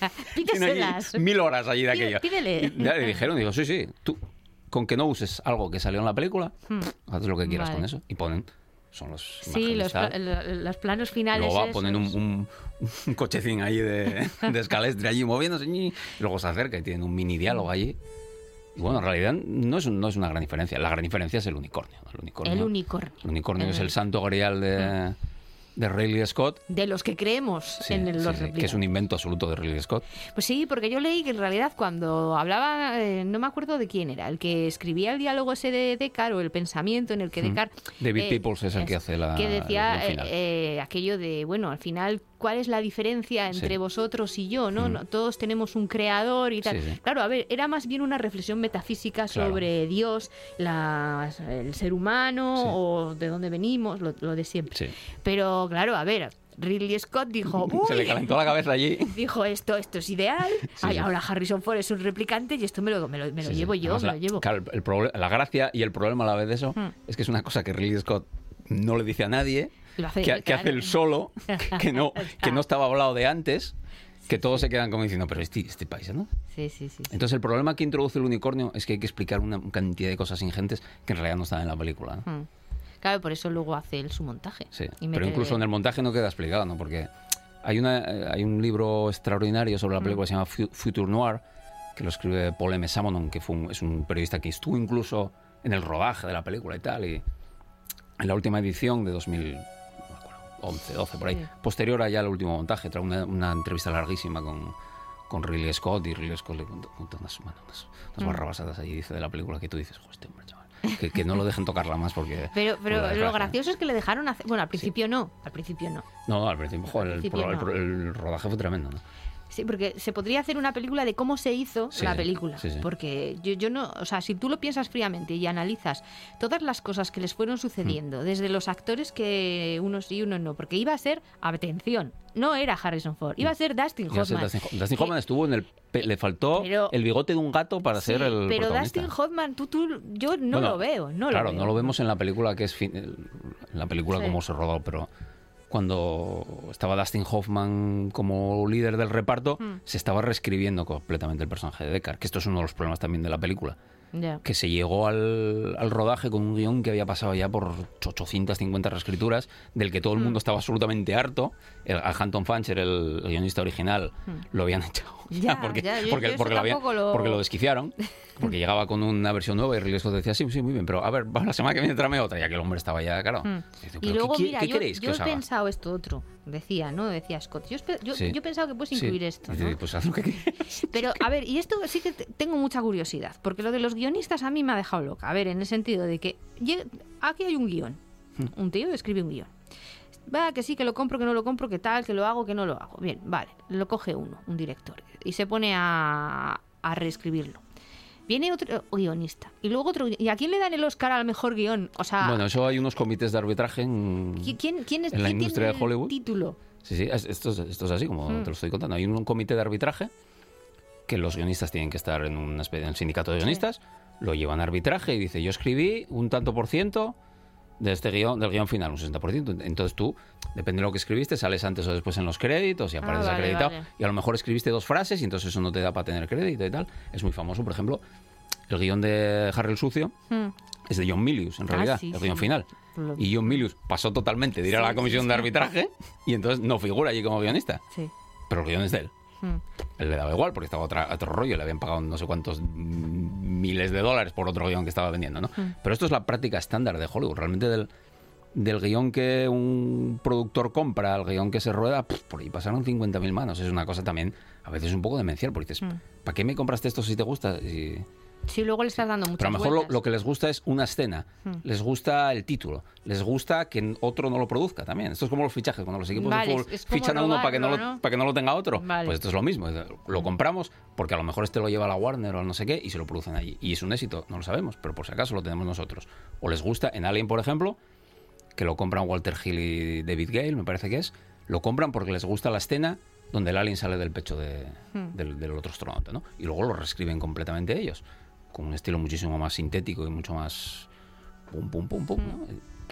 allí, mil horas allí de aquello. Pídele. Y le dijeron, digo, sí, sí, tú con que no uses algo que salió en la película, hmm. haces lo que quieras vale. con eso. Y ponen, son los sí, los, pla los planos finales. Luego va, ponen un, un, un cochecín ahí de, de escalestre allí moviéndose y luego se acerca y tienen un mini diálogo allí. Y bueno, en realidad no es, no es una gran diferencia. La gran diferencia es el unicornio. El unicornio, el unicornio. El unicornio el... es el santo grial de, de Ridley Scott. De los que creemos sí, en el, sí, los sí, que es un invento absoluto de Ridley Scott. Pues sí, porque yo leí que en realidad cuando hablaba, eh, no me acuerdo de quién era, el que escribía el diálogo ese de Deckard o el pensamiento en el que Deckard... Mm. David eh, Peoples es el es, que hace la que decía el final. Eh, eh, aquello de, bueno, al final ¿cuál es la diferencia entre sí. vosotros y yo? ¿no? Mm. no Todos tenemos un creador y tal. Sí, sí. Claro, a ver, era más bien una reflexión metafísica claro. sobre Dios, la, el ser humano sí. o de dónde venimos, lo, lo de siempre. Sí. Pero claro, a ver... Ridley Scott dijo... Uy, se le calentó la cabeza allí. Dijo, esto esto es ideal. Sí, Ay, sí. Ahora Harrison Ford es un replicante y esto me lo, me lo, me lo sí, llevo sí. yo, Además, me la, lo llevo. Claro, el, el la gracia y el problema a la vez de eso hmm. es que es una cosa que Ridley Scott no le dice a nadie, hace, que, claro. que hace él solo, que no, que no estaba hablado de antes, que todos se quedan como diciendo, pero este, este país, ¿no? Sí, sí, sí. Entonces el problema que introduce el unicornio es que hay que explicar una cantidad de cosas ingentes que en realidad no están en la película, ¿no? Hmm. Claro, por eso luego hace él su montaje. Sí, pero incluso en el montaje no queda explicado, ¿no? Porque hay, una, hay un libro extraordinario sobre la película mm. que se llama Future Noir, que lo escribe Paul M. Simonon, que fue un, es un periodista que estuvo incluso en el rodaje de la película y tal, y en la última edición de dos mil once, doce, por ahí, sí. posterior a ya el último montaje, trae una, una entrevista larguísima con, con Ridley Scott, y Ridley Scott le cuenta unas, unas, unas mm. barrabasadas allí, dice de la película que tú dices, joder, este hombre, chaval. Que, que no lo dejen tocarla más porque... Pero, pero lo gracioso es que le dejaron hacer... Bueno, al principio sí. no, al principio no. No, al principio, joder, al principio el, no. el, el rodaje fue tremendo, ¿no? Sí, porque se podría hacer una película de cómo se hizo sí, la película. Sí, sí. Porque yo, yo no... O sea, si tú lo piensas fríamente y analizas todas las cosas que les fueron sucediendo, mm. desde los actores que unos sí y unos no, porque iba a ser... Atención, no era Harrison Ford, iba a ser Dustin Hoffman. Ser Dustin, Dustin Hoffman estuvo en el... Le faltó pero, el bigote de un gato para sí, ser el pero protagonista. Dustin Hoffman, tú, tú, yo no bueno, lo veo. No claro, lo veo. no lo vemos en la película, que es fin, en la película sí. como se rodó, pero cuando estaba Dustin Hoffman como líder del reparto, hmm. se estaba reescribiendo completamente el personaje de Deckard, que esto es uno de los problemas también de la película. Yeah. Que se llegó al, al rodaje con un guión que había pasado ya por ochocientas cincuenta reescrituras, del que todo el mundo mm. estaba absolutamente harto. El, a Hampton Fancher, el, el guionista original, mm. lo habían echado ya, porque, ya, yo, porque, yo porque, lo había, lo... porque lo desquiciaron, porque llegaba con una versión nueva y Ridley Scott decía, sí, sí, muy bien, pero a ver, la semana que viene tráeme otra, ya que el hombre estaba ya, claro. Mm. Dice, y luego, ¿qué, mira, ¿qué yo, queréis yo que os he haga? pensado esto otro, decía, ¿no? Decía Scott. Yo, yo, sí. yo he pensado que puedes incluir sí. esto, Dice, ¿no? pues haz lo que quieras. Pero, a ver, y esto sí que tengo mucha curiosidad, porque lo de los guionistas a mí me ha dejado loca. A ver, en el sentido de que aquí hay un guión, un tío escribe un guión. Va, que sí, que lo compro, que no lo compro, que tal, que lo hago, que no lo hago. Bien, vale, lo coge uno, un director, y se pone a, a reescribirlo. Viene otro guionista, y luego otro... ¿Y a quién le dan el Oscar al mejor guión? O sea, bueno, eso hay unos comités de arbitraje en, ¿quién, quién es, en la ¿quién industria tiene de Hollywood. El título? Sí, sí, esto es, esto es así como hmm. te lo estoy contando. Hay un, un comité de arbitraje que los guionistas tienen que estar en, una especie, en el sindicato de guionistas, sí. lo llevan a arbitraje y dice, yo escribí un tanto por ciento de este guión, del guión final, un sesenta por ciento. Entonces tú, depende de lo que escribiste, sales antes o después en los créditos y apareces ah, vale, acreditado. Vale. Y a lo mejor escribiste dos frases y entonces eso no te da para tener crédito y tal. Es muy famoso, por ejemplo, el guión de Harry el Sucio hmm. es de John Milius, en realidad, ah, sí, el guión sí. final. Y John Milius pasó totalmente de ir sí, a la comisión sí, sí. de arbitraje y entonces no figura allí como guionista. Sí. Pero el guión es de él. Hmm. Él le daba igual porque estaba otra, otro rollo, le habían pagado no sé cuántos miles de dólares por otro guión que estaba vendiendo, ¿no? Hmm. Pero esto es la práctica estándar de Hollywood. Realmente del, del guión que un productor compra al guión que se rueda, pff, por ahí pasaron cincuenta mil manos. Es una cosa también a veces un poco demencial porque dices, hmm. ¿para qué me compraste esto si te gusta? Y... Sí, luego le estás dando muchas Pero a lo mejor vueltas. Lo, lo que les gusta es una escena, hmm. les gusta el título, les gusta que otro no lo produzca también. Esto es como los fichajes, cuando los equipos vale, de fútbol fichan a uno para que no, ¿no? lo, para que no lo tenga otro. Vale. Pues esto es lo mismo, lo compramos porque a lo mejor este lo lleva a la Warner o no sé qué y se lo producen allí. Y es un éxito, no lo sabemos, pero por si acaso lo tenemos nosotros. O les gusta, en Alien, por ejemplo, que lo compran Walter Hill y David Gale, me parece que es, lo compran porque les gusta la escena donde el alien sale del pecho de, hmm. del, del otro astronauta, ¿no? Y luego lo reescriben completamente ellos, con un estilo muchísimo más sintético y mucho más pum, pum, pum, pum, ¿no?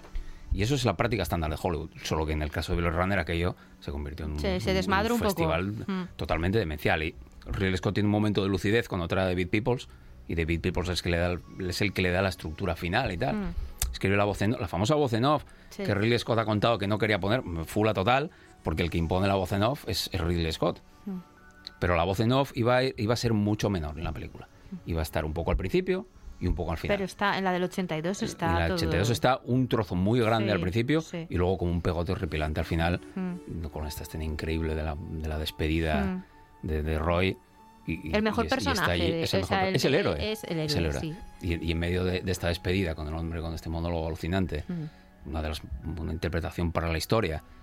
Y eso es la práctica estándar de Hollywood, solo que en el caso de Blade Runner aquello se convirtió en un, se, se desmadra un, un un festival poco. totalmente demencial. Y Ridley Scott tiene un momento de lucidez cuando trae a David Peoples, y David Peoples es, que le da, es el que le da la estructura final y tal. Mm. Escribió la, voz en, la famosa voz en off, sí. que Ridley Scott ha contado que no quería poner, fula total, porque el que impone la voz en off es, es Ridley Scott. Mm. Pero la voz en off iba a, iba a ser mucho menor en la película. Iba a estar un poco al principio y un poco al final. Pero está en la del ochenta y dos está En la del todo... ochenta y dos está un trozo muy grande sí, al principio sí. y luego como un pegote horripilante al final, mm. con esta escena increíble de la, de la despedida mm. de, de Roy. Y, y, el mejor y es, personaje. Y allí, es, el mejor, el, es el héroe. Es el héroe, es el héroe. Sí. Y, y en medio de, de esta despedida con el hombre con este monólogo alucinante, mm. una de las una interpretación para la historia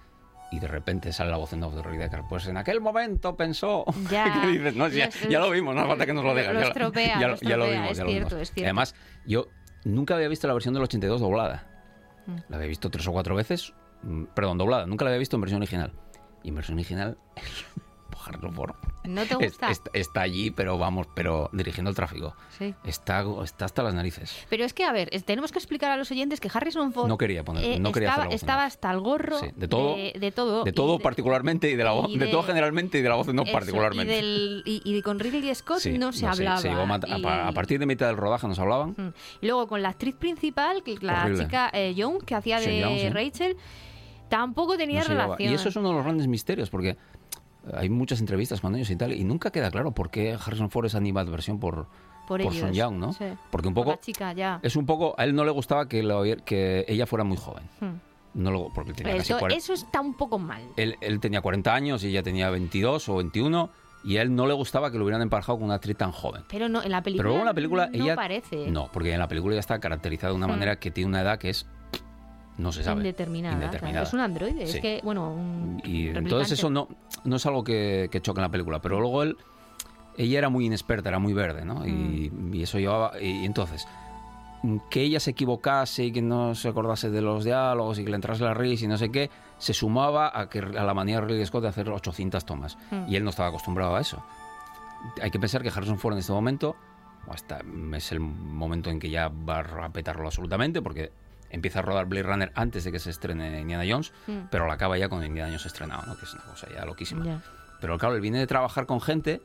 y de repente sale la voz en off de Rick Deckard. Pues en aquel momento pensó... Ya, ¿Qué dices? No, ya, ya lo vimos, no hace falta que nos lo digas. Lo estropea, ya, lo estropea, ya lo vimos, es ya lo cierto, vimos. es cierto. Además, yo nunca había visto la versión del ochenta y dos doblada. Mm. La había visto tres o cuatro veces, perdón, doblada. Nunca la había visto en versión original. Y en versión original... Harrison Ford. ¿No te gusta? Está, está allí, pero vamos, pero dirigiendo el tráfico. Sí. Está, está hasta las narices. Pero es que, a ver, tenemos que explicar a los oyentes que Harrison Ford... No quería poner, eh, no quería estaba, hacer estaba hasta el gorro sí, de todo, de, de todo, de todo de, particularmente y de la voz, de, de todo generalmente y de la voz no eso, particularmente. Y, del, y, y con Ridley Scott sí, no se no, hablaba. Sí, sí, a, y... a, a partir de mitad del rodaje nos hablaban. Mm. Y luego con la actriz principal, la Horrible. chica eh, Young, que hacía de Young, sí. Rachel, tampoco tenía no relación. Y eso es uno de los grandes misterios, porque hay muchas entrevistas con ellos y tal, y nunca queda claro por qué Harrison Ford es animadversión por, por, por Son Young, ¿no? Sí. Porque un poco... Por la chica, ya. Es un poco... A él no le gustaba que, lo, que ella fuera muy joven. Hmm. No lo, porque él tenía eso, casi cuarenta. Eso está un poco mal. Él, él tenía cuarenta años y ella tenía veintidós o veintiuno, y a él no le gustaba que lo hubieran emparejado con una actriz tan joven. Pero no, en la película, Pero luego en la película no ella, parece. No, porque en la película ella está caracterizada de una hmm. manera que tiene una edad que es... No se sabe. Indeterminada. Indeterminada. Claro. Es un androide. Sí. Es que, bueno, un Y replicante. entonces eso no, no es algo que, que choque en la película. Pero luego él, ella era muy inexperta, era muy verde, ¿no? Y, mm. y eso llevaba... Y entonces, que ella se equivocase y que no se acordase de los diálogos y que le entrase la risa y no sé qué, se sumaba a, que, a la manía de Ridley Scott de hacer ochocientas tomas. Mm. Y él no estaba acostumbrado a eso. Hay que pensar que Harrison Ford en este momento, hasta es el momento en que ya va a petarlo absolutamente, porque... Empieza a rodar Blade Runner antes de que se estrene Indiana Jones, mm. pero la acaba ya con Indiana Jones estrenado, ¿no? Que es una cosa ya loquísima. Yeah. Pero claro, él viene de trabajar con gente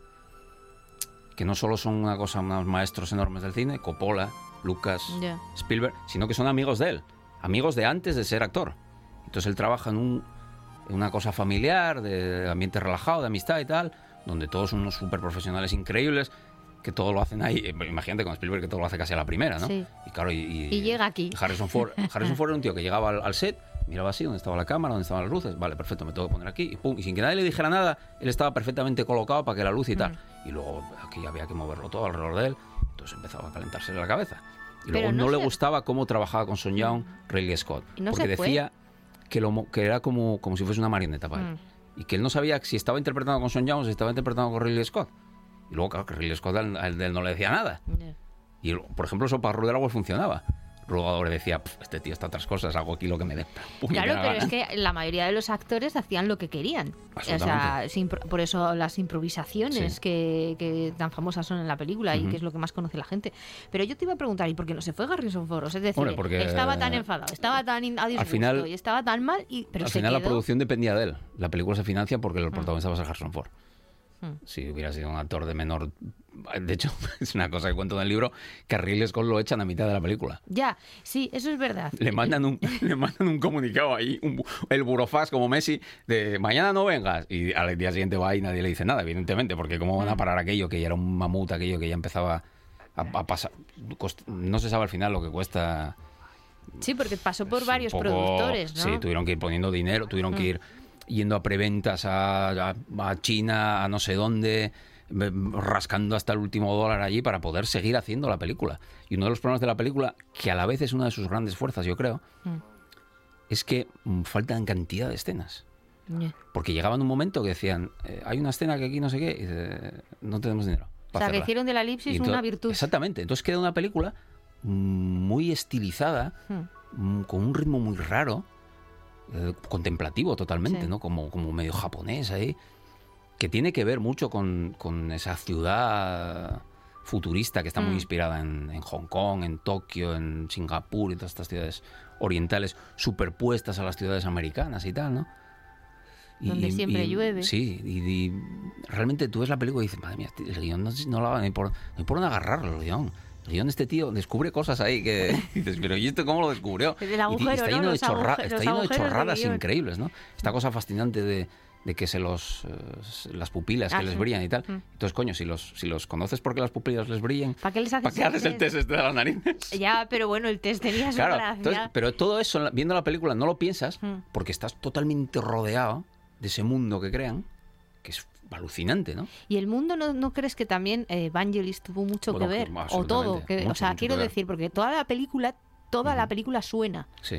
que no solo son una cosa, unos maestros enormes del cine, Coppola, Lucas, yeah. Spielberg, sino que son amigos de él, amigos de antes de ser actor. Entonces él trabaja en, un, en una cosa familiar, de ambiente relajado, de amistad y tal, donde todos son unos súper profesionales increíbles, que todo lo hacen ahí. Imagínate con Spielberg que todo lo hace casi a la primera, ¿no? Sí. Y claro, y, y, y llega aquí. Harrison Ford, Harrison Ford era un tío que llegaba al, al set, miraba así, donde estaba la cámara, donde estaban las luces, vale, perfecto, me tengo que poner aquí, y pum, y sin que nadie le dijera nada, él estaba perfectamente colocado para que la luz y tal. Mm. Y luego aquí había que moverlo todo alrededor de él, entonces empezaba a calentarse la cabeza. Y luego no, no le se... gustaba cómo trabajaba con Son Young, Ridley Scott, no porque decía que, lo, que era como, como si fuese una marioneta para mm. él. Y que él no sabía si estaba interpretando con Son Young o si estaba interpretando con Ridley Scott. Y luego, claro, que Ridley Scott a él no le decía nada. Yeah. Y, por ejemplo, eso para Ruder Agua funcionaba. Ruder decía, este tío está otras cosas, hago aquí lo que me dé. Claro, pero es que la mayoría de los actores hacían lo que querían. O sea, sin, por eso las improvisaciones sí. que, que tan famosas son en la película uh-huh. y que es lo que más conoce la gente. Pero yo te iba a preguntar, ¿y por qué no se fue Harrison Ford? Es decir, Hombre, porque, estaba tan enfadado, estaba tan a disgusto al final, y estaba tan mal, y, pero al se final quedó... la producción dependía de él. La película se financia porque el protagonista va a ser Harrison Ford. Si hubiera sido un actor de menor... De hecho, es una cosa que cuento en el libro, que a Ridley Scott lo echan a mitad de la película. Ya, sí, eso es verdad. Le mandan un, le mandan un comunicado ahí, un, el burofax como Messi, de mañana no vengas. Y al día siguiente va y nadie le dice nada, evidentemente, porque cómo van a parar aquello, que ya era un mamut, aquello que ya empezaba a, a pasar... No se sabe al final lo que cuesta... Sí, porque pasó por varios poco, productores, ¿no? Sí, tuvieron que ir poniendo dinero, tuvieron mm. que ir... yendo a preventas a, a, a China, a no sé dónde, rascando hasta el último dólar allí para poder seguir haciendo la película. Y uno de los problemas de la película, que a la vez es una de sus grandes fuerzas, yo creo, mm. es que faltan cantidad de escenas. Yeah. Porque llegaban un momento que decían, eh, hay una escena que aquí no sé qué, y dice, no tenemos dinero. O sea, que hicieron de la elipsis entonces, una virtud. Exactamente. Entonces queda una película muy estilizada, mm. con un ritmo muy raro, Eh, contemplativo totalmente, sí. ¿no? Como, como medio japonés ahí, que tiene que ver mucho con, con esa ciudad futurista que está mm. muy inspirada en, en Hong Kong, en Tokio, en Singapur y todas estas ciudades orientales superpuestas a las ciudades americanas y tal, ¿no? Y, donde siempre y, llueve. Sí, y, y realmente tú ves la película y dices, madre mía, el guión no, no lo va ni por, ni por dónde agarrarlo, el guión. El guión de este tío descubre cosas ahí que dices, pero ¿y esto cómo lo descubrió? El agujero, y está lleno, ¿no? de, chorra, aguje- está lleno de chorradas de increíbles, ¿no? Esta cosa fascinante de, de que se los eh, las pupilas ah, que les sí. brillan y tal. Mm. Entonces, coño, si los si los conoces porque las pupilas les brillan, ¿para qué les haces, ¿para qué haces el test este de las narices? Ya, pero bueno, el test tenía su claro, gracia. Entonces, pero todo eso, viendo la película, no lo piensas mm. porque estás totalmente rodeado de ese mundo que crean, que es alucinante, ¿no? Y el mundo, ¿no, no crees que también eh, Vangelis tuvo mucho bueno, que ver? Que, o todo, que, mucho, o sea, quiero decir, porque toda la película, toda uh-huh. la película suena. Sí.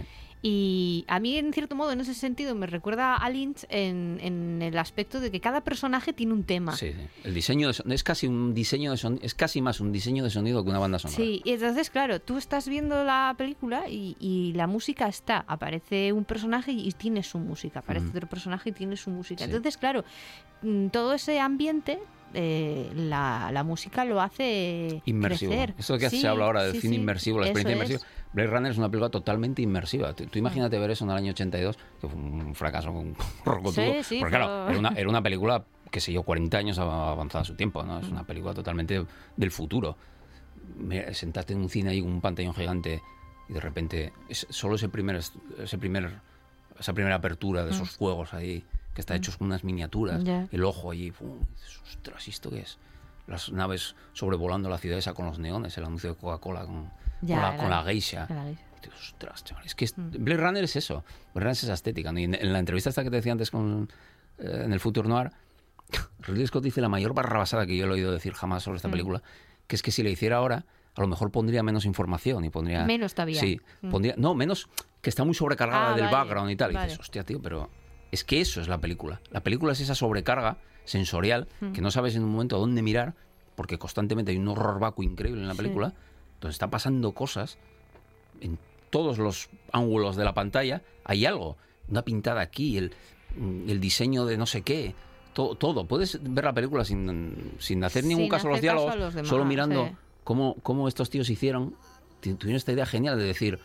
Y a mí, en cierto modo, en ese sentido, me recuerda a Lynch en, en el aspecto de que cada personaje tiene un tema. Sí, sí. El diseño de son... es casi un diseño de sonido, es casi más un diseño de sonido que una banda sonora. Sí, y entonces, claro, tú estás viendo la película y, y la música está. Aparece un personaje y tiene su música. Aparece mm. otro personaje y tiene su música. Sí. Entonces, claro, todo ese ambiente... Eh, la, la música lo hace inmersivo. Crecer. Esto que sí, se habla ahora del sí, cine sí. inmersivo, la experiencia Eso inmersiva. Es. Blade Runner es una película totalmente inmersiva. Tú, tú imagínate ver eso en el año ochenta y dos, que fue un fracaso, un rocotudo. Sí, sí, porque pero... claro, era una, era una película que se yo cuarenta años avanzada a su tiempo, ¿no? Es una película totalmente del futuro. Me, sentarte en un cine ahí con un pantallón gigante y de repente es, solo ese primer, ese primer, esa primera apertura de esos mm. fuegos ahí que está hecho con unas miniaturas, yeah. el ojo allí, ¡pum! Ostras, ¿esto qué es? Las naves sobrevolando la ciudad esa con los neones, el anuncio de Coca-Cola con, ya, con, la, la, con la geisha. La Ostras, chaval, es que es, Blade Runner es eso. Blade Runner es esa estética, ¿no? Y en, en la entrevista esta que te decía antes con, eh, en el Future Noir, Ridley Scott dice la mayor barrabasada que yo le he oído decir jamás sobre esta mm. película, que es que si le hiciera ahora, a lo mejor pondría menos información y pondría... Menos todavía. Sí, mm. pondría... No, menos que está muy sobrecargada ah, del vale, background y tal. Vale. Y dices, hostia, tío, pero... Es que eso es la película. La película es esa sobrecarga sensorial mm. que no sabes en un momento a dónde mirar, porque constantemente hay un horror vacuo increíble en la película, sí. Entonces está pasando cosas en todos los ángulos de la pantalla, hay algo, una pintada aquí, el, el diseño de no sé qué, todo, todo. Puedes ver la película sin, sin hacer sin ningún caso a los diálogos, a los demás, solo mirando sí. cómo, cómo estos tíos hicieron, tuvieron esta idea genial de decir,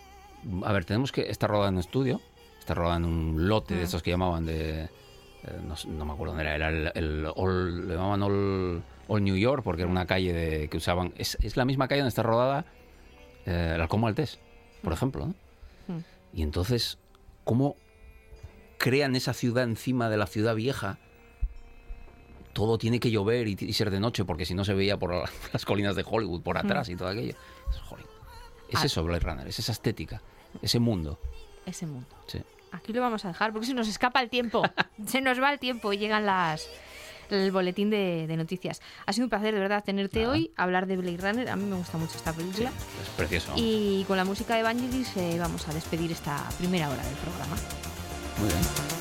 a ver, tenemos que estar rodada en un estudio, está rodada en un lote mm. de estos que llamaban de... Eh, no, no me acuerdo dónde era, era el, el All, le llamaban All, All New York, porque era una calle de, que usaban... Es, es la misma calle donde está rodada eh, el Halcón Maltés, por mm. ejemplo, ¿no? Mm. Y entonces, ¿cómo crean esa ciudad encima de la ciudad vieja? Todo tiene que llover y, y ser de noche, porque si no se veía por las colinas de Hollywood, por atrás mm. y todo aquello. Es, joder, es ah. eso, Blade Runner, es esa estética, ese mundo. Ese mundo. Sí. Aquí lo vamos a dejar porque se nos escapa el tiempo. Se nos va el tiempo y llegan las el boletín de, de noticias. Ha sido un placer, de verdad, tenerte Nada. hoy, hablar de Blade Runner. A mí me gusta mucho esta película. Sí, es precioso. Y con la música de Vangelis eh, vamos a despedir esta primera hora del programa. Muy bien.